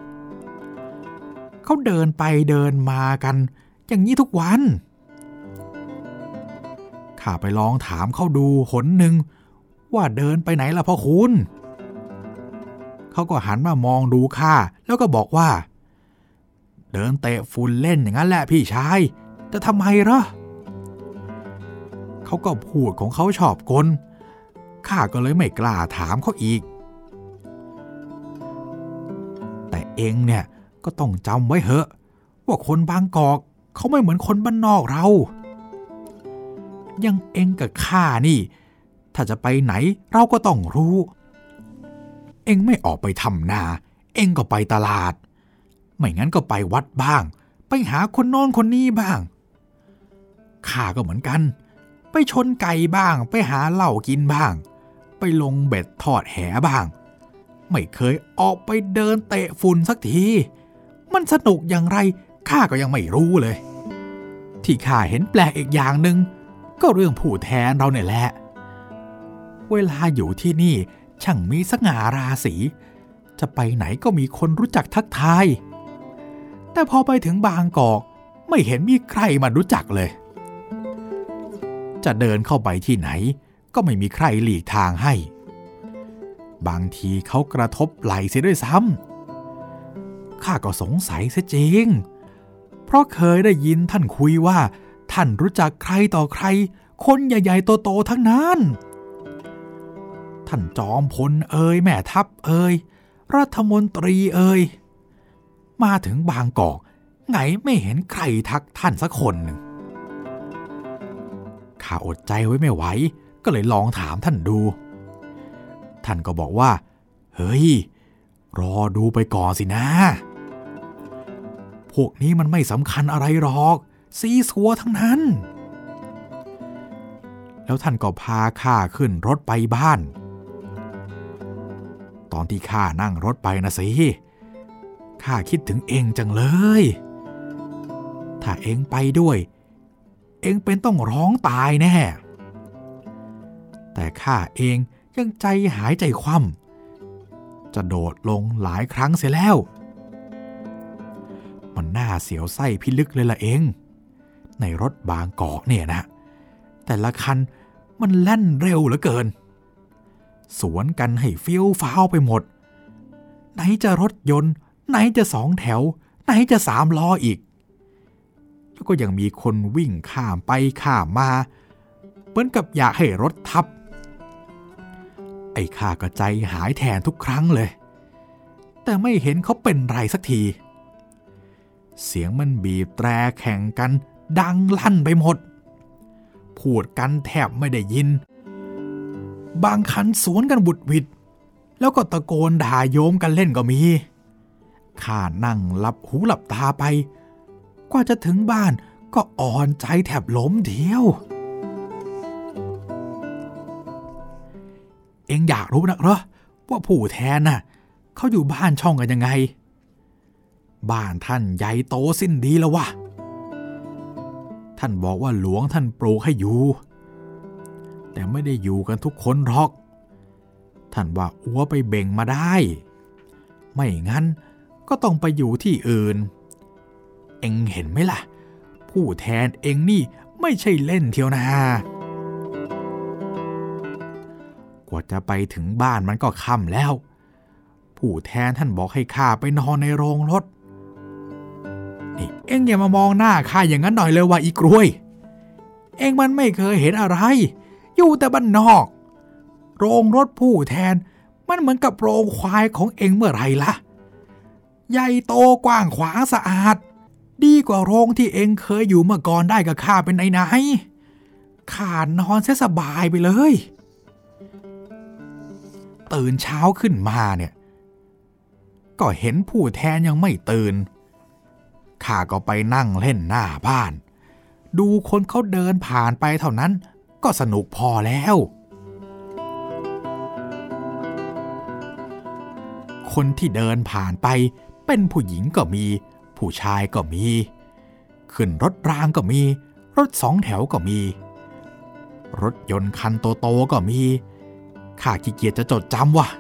เขาเดินไปเดินมากันอย่างนี้ทุกวันข้าไปลองถามเขาดูหนหนึ่งว่าเดินไปไหนล่ะพ่อคุณเขาก็หันมามองดูข้าแล้วก็บอกว่าเดินเตะฝุ่นเล่นอย่างนั้นแหละพี่ชายจะทำไมเหรอเขาก็พูดของเขาชอบกลข้าก็เลยไม่กล้าถามเขาอีกแต่เองเนี่ยก็ต้องจำไว้เหอะว่าคนบางกอกเขาไม่เหมือนคนบ้านนอกเรายังเองกับข้านี่ถ้าจะไปไหนเราก็ต้องรู้เองไม่ออกไปทำนาเองก็ไปตลาดไม่งั้นก็ไปวัดบ้างไปหาคนโน้นคนนี้บ้างข้าก็เหมือนกันไปชนไก่บ้างไปหาเหล้ากินบ้างไปลงเบ็ดทอดแหบ้างไม่เคยออกไปเดินเตะฝุ่นสักทีมันสนุกอย่างไรข้าก็ยังไม่รู้เลยที่ข้าเห็นแปลกอีกอย่างหนึ่งก็เรื่องผู้แทนเราเนี่ยแหละเวลาอยู่ที่นี่ช่างมีสง่าราศีจะไปไหนก็มีคนรู้จักทักทายแต่พอไปถึงบางกอกไม่เห็นมีใครมารู้จักเลยจะเดินเข้าไปที่ไหนก็ไม่มีใครหลีกทางให้บางทีเขากระทบไหล่เสียด้วยซ้ำข้าก็สงสัยเสียจริงเพราะเคยได้ยินท่านคุยว่าท่านรู้จักใครต่อใครคนใหญ่ๆโตๆทั้งนั้นท่านจอมพลเอ่ยแม่ทัพเอ่ยรัฐมนตรีเอ่ยมาถึงบางกอกไงไม่เห็นใครทักท่านสักคนหนึ่งข้าอดใจไว้ไม่ไหวก็เลยลองถามท่านดูท่านก็บอกว่าเฮ้ยรอดูไปก่อนสินะพวกนี้มันไม่สำคัญอะไรหรอกซีซัวทั้งนั้นแล้วท่านก็พาข้าขึ้นรถไปบ้านตอนที่ข้านั่งรถไปนะสิข้าคิดถึงเองจังเลยถ้าเองไปด้วยเองเป็นต้องร้องตายแน่แต่ข้าเองยังใจหายใจคว่ำจะโดดลงหลายครั้งเสียแล้วมันน่าเสียวไส้พิลึกเลยล่ะเองในรถบางกอกเนี่ยนะแต่ละคันมันแล่นเร็วเหลือเกินสวนกันให้เฟี้ยวฟ้าวไปหมดไหนจะรถยนต์ไหนจะสองแถวไหนจะสามล้ออีกแล้วก็ยังมีคนวิ่งข้ามไปข้ามมาเหมือนกับอยากให้รถทับไอ้ข้าก็ใจหายแทนทุกครั้งเลยแต่ไม่เห็นเขาเป็นไรสักทีเสียงมันบีบแตรแข่งกันดังลั่นไปหมดพูดกันแทบไม่ได้ยินบางคันสวนกันบุดหวิดแล้วก็ตะโกนด่าโยมกันเล่นก็มีข้านั่งหลับหูหลับตาไปกว่าจะถึงบ้านก็อ่อนใจแทบล้มเดียวเอ็งอยากรู้นักเหรอว่าผู้แทนน่ะเขาอยู่บ้านช่องกันยังไงบ้านท่านใหญ่โตสิ้นดีแล้ววะท่านบอกว่าหลวงท่านปลูกให้อยู่แต่ไม่ได้อยู่กันทุกคนหรอกท่านว่าอัวไปเบ่งมาได้ไม่งั้นก็ต้องไปอยู่ที่อื่นเอ็งเห็นไหมล่ะผู้แทนเอ็งนี่ไม่ใช่เล่นเที่ยวนะกว่าจะไปถึงบ้านมันก็ค่ำแล้วผู้แทนท่านบอกให้ข้าไปนอนในโรงรถนี่เอ็งอย่ามามองหน้าข้าอย่างนั้นหน่อยเลยว่าอีกรวยเอ็งมันไม่เคยเห็นอะไรอยู่แต่บ้านนอกโรงรถผู้แทนมันเหมือนกับโรงควายของเอ็งเมื่อไรล่ะใหญ่โตกว้างขวางสะอาดดีกว่าโรงที่เอ็งเคยอยู่เมื่อก่อนได้กับข้าเป็นไหนๆข้านอนเสียสบายไปเลยตื่นเช้าขึ้นมาเนี่ยก็เห็นผู้แทนยังไม่ตื่นข้าก็ไปนั่งเล่นหน้าบ้านดูคนเขาเดินผ่านไปเท่านั้นก็สนุกพอแล้วคนที่เดินผ่านไปเป็นผู้หญิงก็มีผู้ชายก็มีขึ้นรถรางก็มีรถสองแถวก็มีรถยนต์คันโตๆก็มีข้าขี้เกียจจะจดจำว่ะ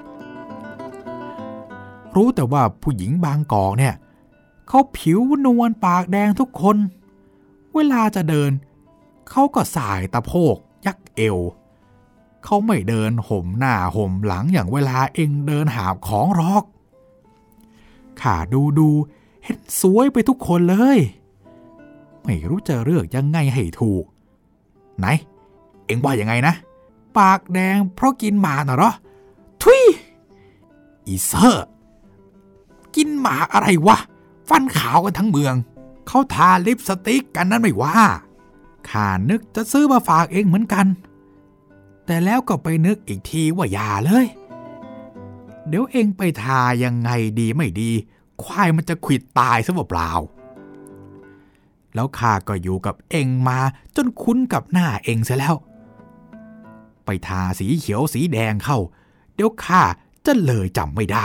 รู้แต่ว่าผู้หญิงบางกอกเนี่ยเขาผิวนวลปากแดงทุกคนเวลาจะเดินเขาก็สายตะโพกยักเอวเขาไม่เดินห่มหน้าห่มหลังอย่างเวลาเอ็งเดินหาบของหรอกข้าดูดูเห็นสวยไปทุกคนเลยไม่รู้จะเลือกยังไงให้ถูกไหนเอ็งว่ายังไงนะปากแดงเพราะกินหมากน่ะเหรอทุยอีเซอร์กินหมากอะไรวะฟันขาวกันทั้งเมืองเขาทาลิปสติกกันนั้นไม่ว่าข้านึกจะซื้อมาฝากเองเหมือนกันแต่แล้วก็ไปนึกอีกทีว่าอย่าเลยเดี๋ยวเองไปทายังไงดีไม่ดีควายมันจะขวิดตายซะเปล่าแล้วข้าก็อยู่กับเองมาจนคุ้นกับหน้าเองซะแล้วไปทาสีเขียวสีแดงเข้าเดี๋ยวข้าจะเลยจำไม่ได้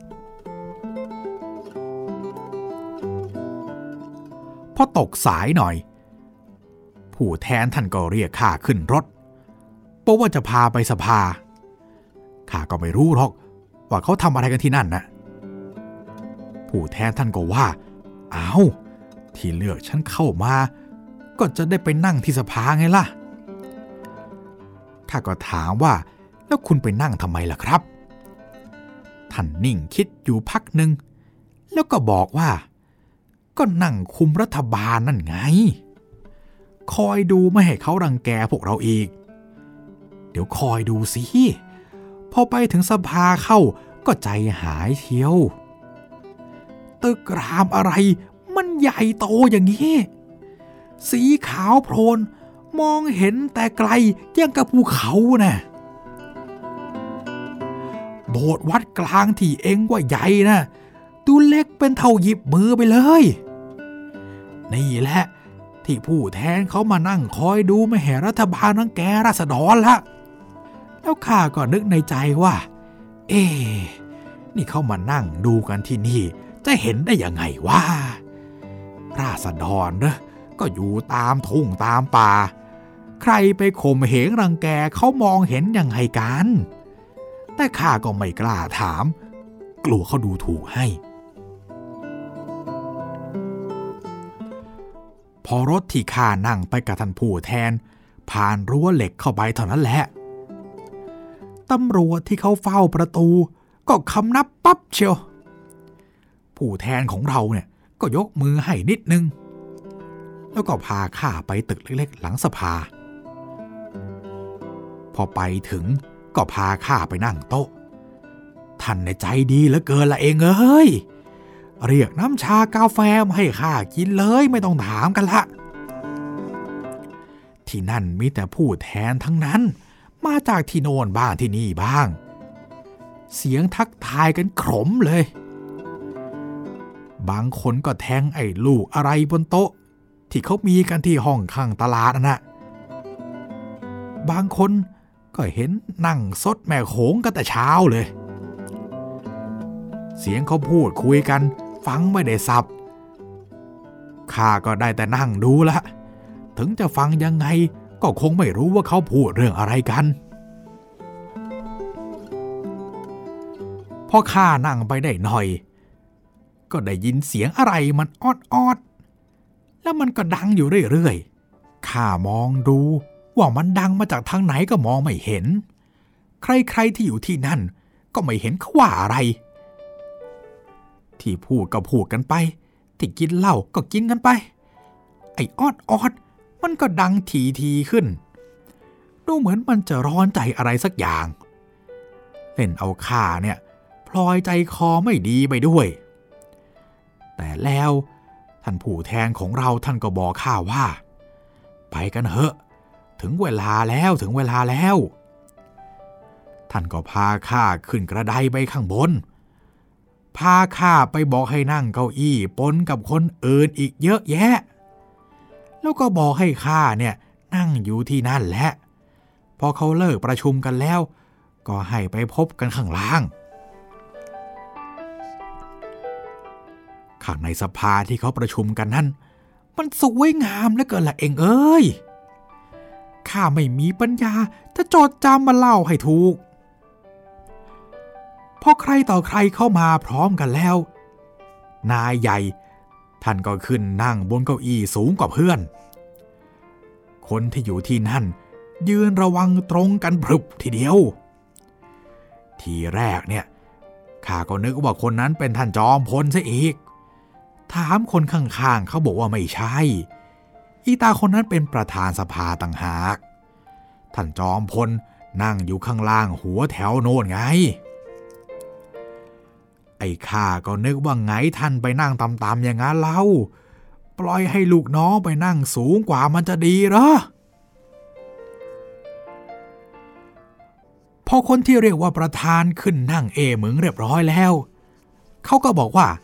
พอตกสายหน่อยผู้แทนท่านก็เรียกข้าขึ้นรถเพราะว่าจะพาไปสภาข้าก็ไม่รู้หรอกว่าเขาทำอะไรกันที่นั่นนะผู้แทนท่านก็ว่าอ้าวที่เลือกฉันเข้ามาก็จะได้ไปนั่งที่สภาไงล่ะข้าก็ถามว่าแล้วคุณไปนั่งทำไมล่ะครับท่านนิ่งคิดอยู่พักหนึ่งแล้วก็บอกว่าก็นั่งคุมรัฐบาลนั่นไงคอยดูไม่ให้เขารังแกพวกเราอีกเดี๋ยวคอยดูสิพอไปถึงสภาเข้าก็ใจหายเที่ยวตึกรามอะไรมันใหญ่โตอย่างนี้สีขาวโพลนมองเห็นแต่ไกลยังกับภูเขาน่ะโบสถ์วัดกลางที่เอ็งว่าใหญ่นะดูเล็กเป็นเท่าหยิบมือไปเลยนี่แหละที่ผู้แทนเขามานั่งคอยดูไม่ให้รัฐบาลรังแกราษฎรละแล้วข้าก็นึกในใจว่าเอ๊ะนี่เขามานั่งดูกันที่นี่จะเห็นได้ยังไงวะราษฎรเนอะก็อยู่ตามทุ่งตามป่าใครไปข่มเหงรังแกเขามองเห็นยังไงกันแต่ข้าก็ไม่กล้าถามกลัวเขาดูถูกให้พอรถที่ข้านั่งไปกับท่านผู้แทนผ่านรั้วเหล็กเข้าไปเท่านั้นแหละตำรวจที่เขาเฝ้าประตูก็คำนับปั๊บเชียวผู้แทนของเราเนี่ยก็ยกมือให้นิดนึงแล้วก็พาข้าไปตึกเล็กๆหลังสภาพอไปถึงก็พาข้าไปนั่งโต๊ะท่านในใจดีเหลือเกินละเองเอ้ยเรียกน้ำชากาแฟมาให้ข้ากินเลยไม่ต้องถามกันละที่นั่นมีแต่ผู้แทนทั้งนั้นมาจากที่โน่นบ้างที่นี่บ้างเสียงทักทายกันขมเลยบางคนก็แทงไอ้ลูกอะไรบนโต๊ะที่เขามีกันที่ห้องข้างตลาดน่ะบางคนก็เห็นนั่งซดแม่โขงกันแต่เช้าเลยเสียงเขาพูดคุยกันฟังไม่ได้สับข้าก็ได้แต่นั่งดูละถึงจะฟังยังไงก็คงไม่รู้ว่าเขาพูดเรื่องอะไรกันพอข้านั่งไปได้หน่อยก็ได้ยินเสียงอะไรมันออดๆแล้วมันก็ดังอยู่เรื่อยๆข้ามองดูว่ามันดังมาจากทางไหนก็มองไม่เห็นใครๆที่อยู่ที่นั่นก็ไม่เห็นเขาว่าอะไรที่พูดก็พูดกันไปที่กินเหล้าก็กินกันไปไอ้ออดๆมันก็ดังทีๆขึ้นดูเหมือนมันจะร้อนใจอะไรสักอย่างเล่นเอาข้าเนี่ยพลอยใจคอไม่ดีไปด้วยแต่แล้วท่านผู้แทนของเราท่านก็บอกข้าว่าไปกันเถอะถึงเวลาแล้วถึงเวลาแล้วท่านก็พาข้าขึ้นกระไดไปข้างบนพาข้าไปบอกให้นั่งเก้าอี้ปนกับคนอื่นอีกเยอะแยะแล้วก็บอกให้ข้าเนี่ยนั่งอยู่ที่นั่นแหละพอเขาเลิกประชุมกันแล้วก็ให้ไปพบกันข้างล่างข้างในสภาที่เขาประชุมกันนั่นมันสวยงามเหลือเกินละเองเอ้ยข้าไม่มีปัญญาจะจดจำมาเล่าให้ถูกพอใครต่อใครเข้ามาพร้อมกันแล้วนายใหญ่ท่านก็ขึ้นนั่งบนเก้าอี้สูงกว่าเพื่อนคนที่อยู่ที่นั่นยืนระวังตรงกันพรึบทีเดียวทีแรกเนี่ยข้าก็นึกว่าคนนั้นเป็นท่านจอมพลซะอีกถามคนข้างๆเขาบอกว่าไม่ใช่อีตาคนนั้นเป็นประธานสภาต่างหากท่านจอมพลนั่งอยู่ข้างล่างหัวแถวโน่นไงไอ้ข้าก็นึกว่าไงท่านไปนั่งต่ำๆอย่างนั้นเล่าปล่อยให้ลูกน้องไปนั่งสูงกว่ามันจะดีเหรอพอคนที่เรียกว่าประธานขึ้นนั่งเอเหมึงเรียบร้อยแล้วเขาก็บอกว่า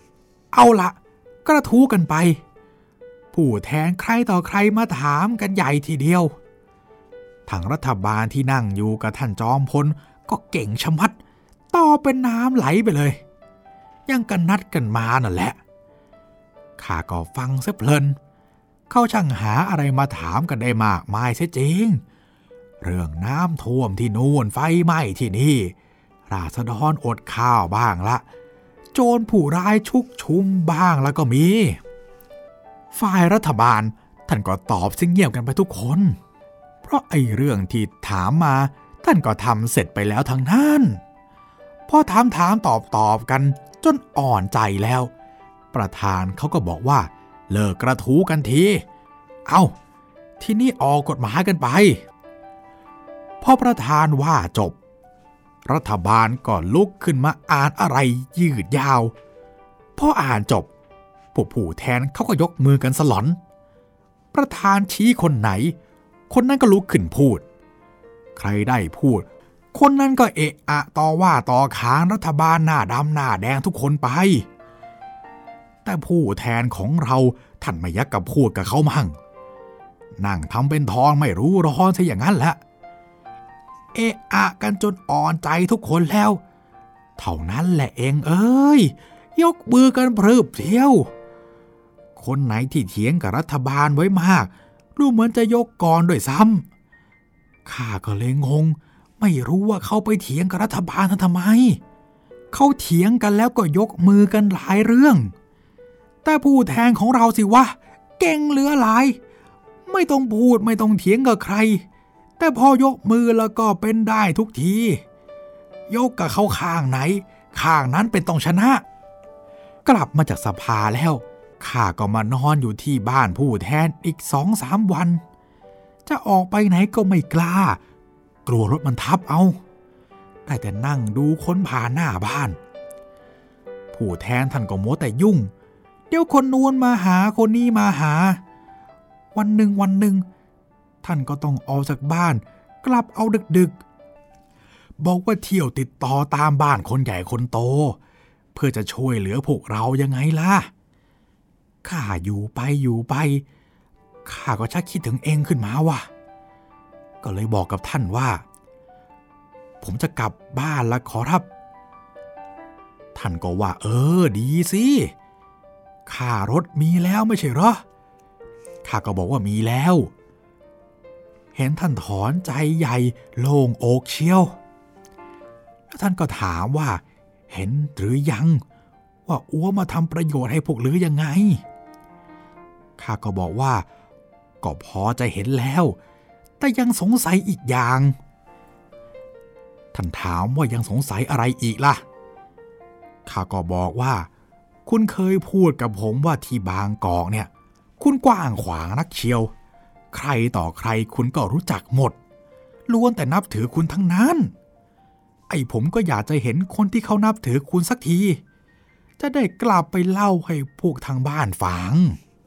เอาละกระทู้กันไปผู้แทนใครต่อใครมาถามกันใหญ่ทีเดียวทางรัฐบาลที่นั่งอยู่กับท่านจอมพลก็เก่งชะมัดต่อเป็นน้ำไหลไปเลยยังกันนัดกันมานั่นแหละข้าก็ฟังซะเพลินเขาช่างหาอะไรมาถามกันได้มากมายเสียจริงเรื่องน้ำท่วมที่นู่นไฟไหม้ที่นี่ราษฎรอดข้าวบ้างละโจรผู้ร้ายชุกชุมบ้างแล้วก็มีฝ่ายรัฐบาลท่านก็ตอบเงียบกันไปทุกคนเพราะไอ้เรื่องที่ถามมาท่านก็ทำเสร็จไปแล้วทั้งนั้นพอถามถามตอบตอบกันจนอ่อนใจแล้วประธานเขาก็บอกว่าเลิกกระทู้กันทีเอาที่นี่ออกกฎหมายกันไปพอประธานว่าจบรัฐบาลก็ลุกขึ้นมาอ่านอะไรยืดยาวพออ่านจบพวกผู้แทนเขาก็ยกมือกันสลอนประธานชี้คนไหนคนนั้นก็ลุกขึ้นพูดใครได้พูดคนนั้นก็เอะอะต่อว่าต่อขานรัฐบาลหน้าดำหน้าแดงทุกคนไปแต่ผู้แทนของเราท่านไม่ยักกับพูดกับเขามั่งนั่งทำเป็นทองไม่รู้ร้อนซะอย่างนั้นแหละเอะอะกันจนอ่อนใจทุกคนแล้วเท่านั้นแหละเองเอ้ยยกมือกันพรึบเที่ยวคนไหนที่เถียงกับรัฐบาลไว้มากดูเหมือนจะยกก่อนด้วยซ้ำข้าก็เลยงงไม่รู้ว่าเขาไปเถียงกับรัฐบาลทำไมเขาเถียงกันแล้วก็ยกมือกันหลายเรื่องแต่ผู้แทนของเราสิวะเก่งเหลือหลายไม่ต้องพูดไม่ต้องเถียงกับใครแต่พอยกมือแล้วก็เป็นได้ทุกทียกกับเขาข้างไหนข้างนั้นเป็นต้องชนะกลับมาจากสภาแล้วข้าก็มานอนอยู่ที่บ้านผู้แทนอีก สองสาม วันจะออกไปไหนก็ไม่กล้ากลัวรถมันทับเอาได้แต่นั่งดูคนผ่านหน้าบ้านผู้แทนท่านก็มัวแต่ยุ่งเดี๋ยวคนนู้นมาหาคนนี้มาหาวันหนึ่งวันหนึ่งท่านก็ต้องออกจากบ้านกลับเอาดึกๆบอกว่าเที่ยวติดต่อตามบ้านคนใหญ่คนโตเพื่อจะช่วยเหลือพวกเรายังไงล่ะข้าอยู่ไปอยู่ไปข้าก็ชักคิดถึงเองขึ้นมาว่ะก็เลยบอกกับท่านว่าผมจะกลับบ้านแล้วขอรับท่านก็ว่าเออดีสิค่ารถมีแล้วไม่ใช่เหรอข้าก็บอกว่ามีแล้วเห็นท่านถอนใจใหญ่โล่งอกเชียวแล้วท่านก็ถามว่าเห็นหรือยังว่าอัวมาทำประโยชน์ให้พวกลือยังไงข้าก็บอกว่าก็พอจะเห็นแล้วแต่ยังสงสัยอีกอย่างท่านถามว่ายังสงสัยอะไรอีกล่ะข้าก็บอกว่าคุณเคยพูดกับผมว่าที่บางกอกเนี่ยคุณกว้างขวางนักเชียวใครต่อใครคุณก็รู้จักหมดล้วนแต่นับถือคุณทั้งนั้นไอ้ผมก็อยากจะเห็นคนที่เขานับถือคุณสักทีจะได้กลับไปเล่าให้พวกทางบ้านฟัง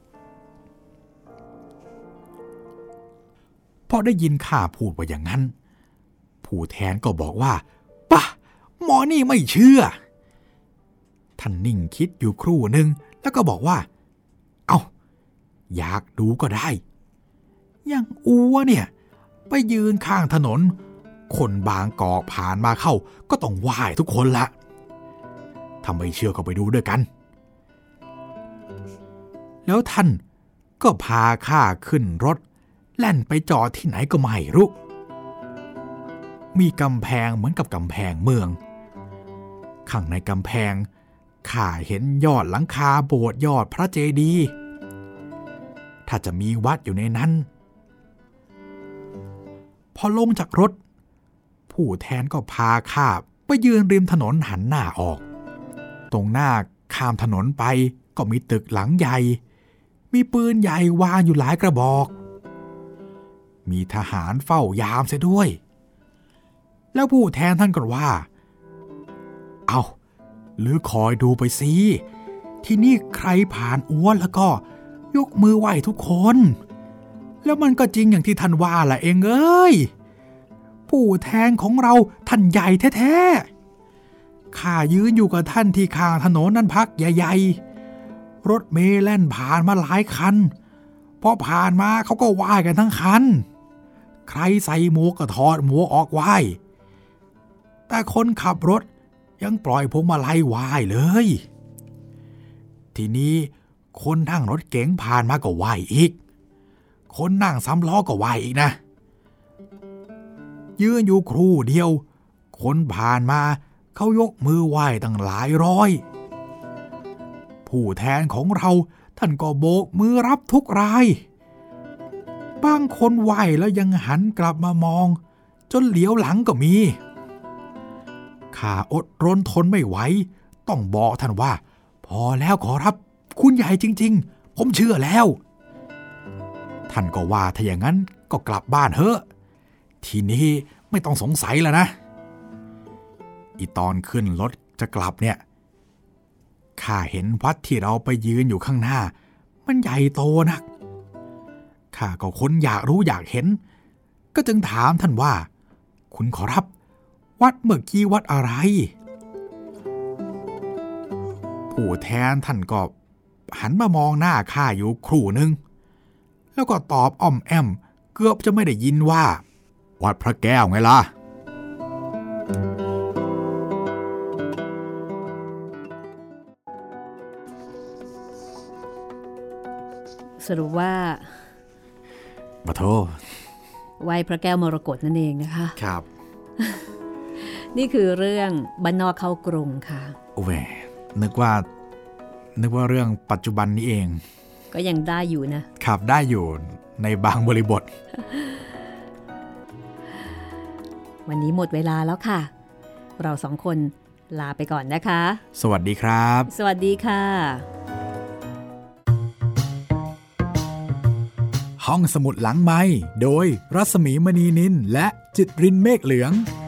พอได้ยินข้าพูดว่าอย่างนั้นผู้แทนก็บอกว่าป่ะหมอนี่ไม่เชื่อท่านนิ่งคิดอยู่ครู่หนึ่งแล้วก็บอกว่าเอาอยากดูก็ได้อย่างอัวเนี่ยไปยืนข้างถนนคนบางกอกผ่านมาเข้าก็ต้องไหว้ทุกคนละถ้าไม่เชื่อก็ไปดูด้วยกันแล้วท่านก็พาข้าขึ้นรถแล่นไปจอดที่ไหนก็ไม่รู้มีกำแพงเหมือนกับกำแพงเมืองข้างในกำแพงข้าเห็นยอดหลังคาโบสถ์ยอดพระเจดีย์ถ้าจะมีวัดอยู่ในนั้นพอลงจากรถผู้แทนก็พาข้าไปยืนริมถนนหันหน้าออกตรงหน้าข้ามถนนไปก็มีตึกหลังใหญ่มีปืนใหญ่วางอยู่หลายกระบอกมีทหารเฝ้ายามเสียด้วยแล้วผู้แทนท่านก็ว่าเอาหรือคอยดูไปสิที่นี่ใครผ่านอ้วนแล้วก็ยกมือไหว้ทุกคนแล้วมันก็จริงอย่างที่ท่านว่าแหละเองเอ้ยผู้แทนของเราท่านใหญ่แท้ๆข้ายืนอยู่กับท่านที่ข้างถนนนั่นพักใหญ่รถเมล์แล่นผ่านมาหลายคันพอผ่านมาเขาก็ไหว้กันทั้งคันใครใส่หมวกก็ถอดหมวกออกไหว้แต่คนขับรถยังปล่อยพวงมาลัยไหว้เลยทีนี้คนนั่งรถเก๋งผ่านมาก็ไหว้อีกคนนั่งสำล้อก็ไหว้อีกนะยืนอยู่ครู่เดียวคนผ่านมาเขายกมือไหว้ตั้งหลายร้อยผู้แทนของเราท่านก็โบกมือรับทุกรายบางคนไหว้แล้วยังหันกลับมามองจนเหลียวหลังก็มีข้าอดรนทนไม่ไหวต้องบอกท่านว่าพอแล้วขอรับคุณใหญ่จริงๆผมเชื่อแล้วท่านก็ว่าถ้าอย่างนั้นก็กลับบ้านเถอะทีนี้ไม่ต้องสงสัยแล้วนะอีตอนขึ้นรถจะกลับเนี่ยข้าเห็นวัดที่เราไปยืนอยู่ข้างหน้ามันใหญ่โตนักข้าก็คนอยากรู้อยากเห็นก็จึงถามท่านว่าคุณขอรับวัดเมื่อกี้วัดอะไรผู้แทนท่านก็หันมามองหน้าข้าอยู่ครู่นึงแล้วก็ตอบอ้อมแอมเกือบจะไม่ได้ยินว่าวัดพระแก้วไงล่ะสรุปว่าปะโทไหว้พระแก้วมรกตนั่นเองนะคะครับนี่คือเรื่องบ้านนอกเข้ากรุงค่ะโอ้ยนึกว่านึกว่าเรื่องปัจจุบันนี้เองก็ยังได้อยู่นะครับได้อยู่ในบางบริบทวันนี้หมดเวลาแล้วค่ะเราสองคนลาไปก่อนนะคะสวัสดีครับสวัสดีค่ะห้องสมุดหลังไมค์โดยรัศมีมณีนินและจิตรินเมฆเหลือง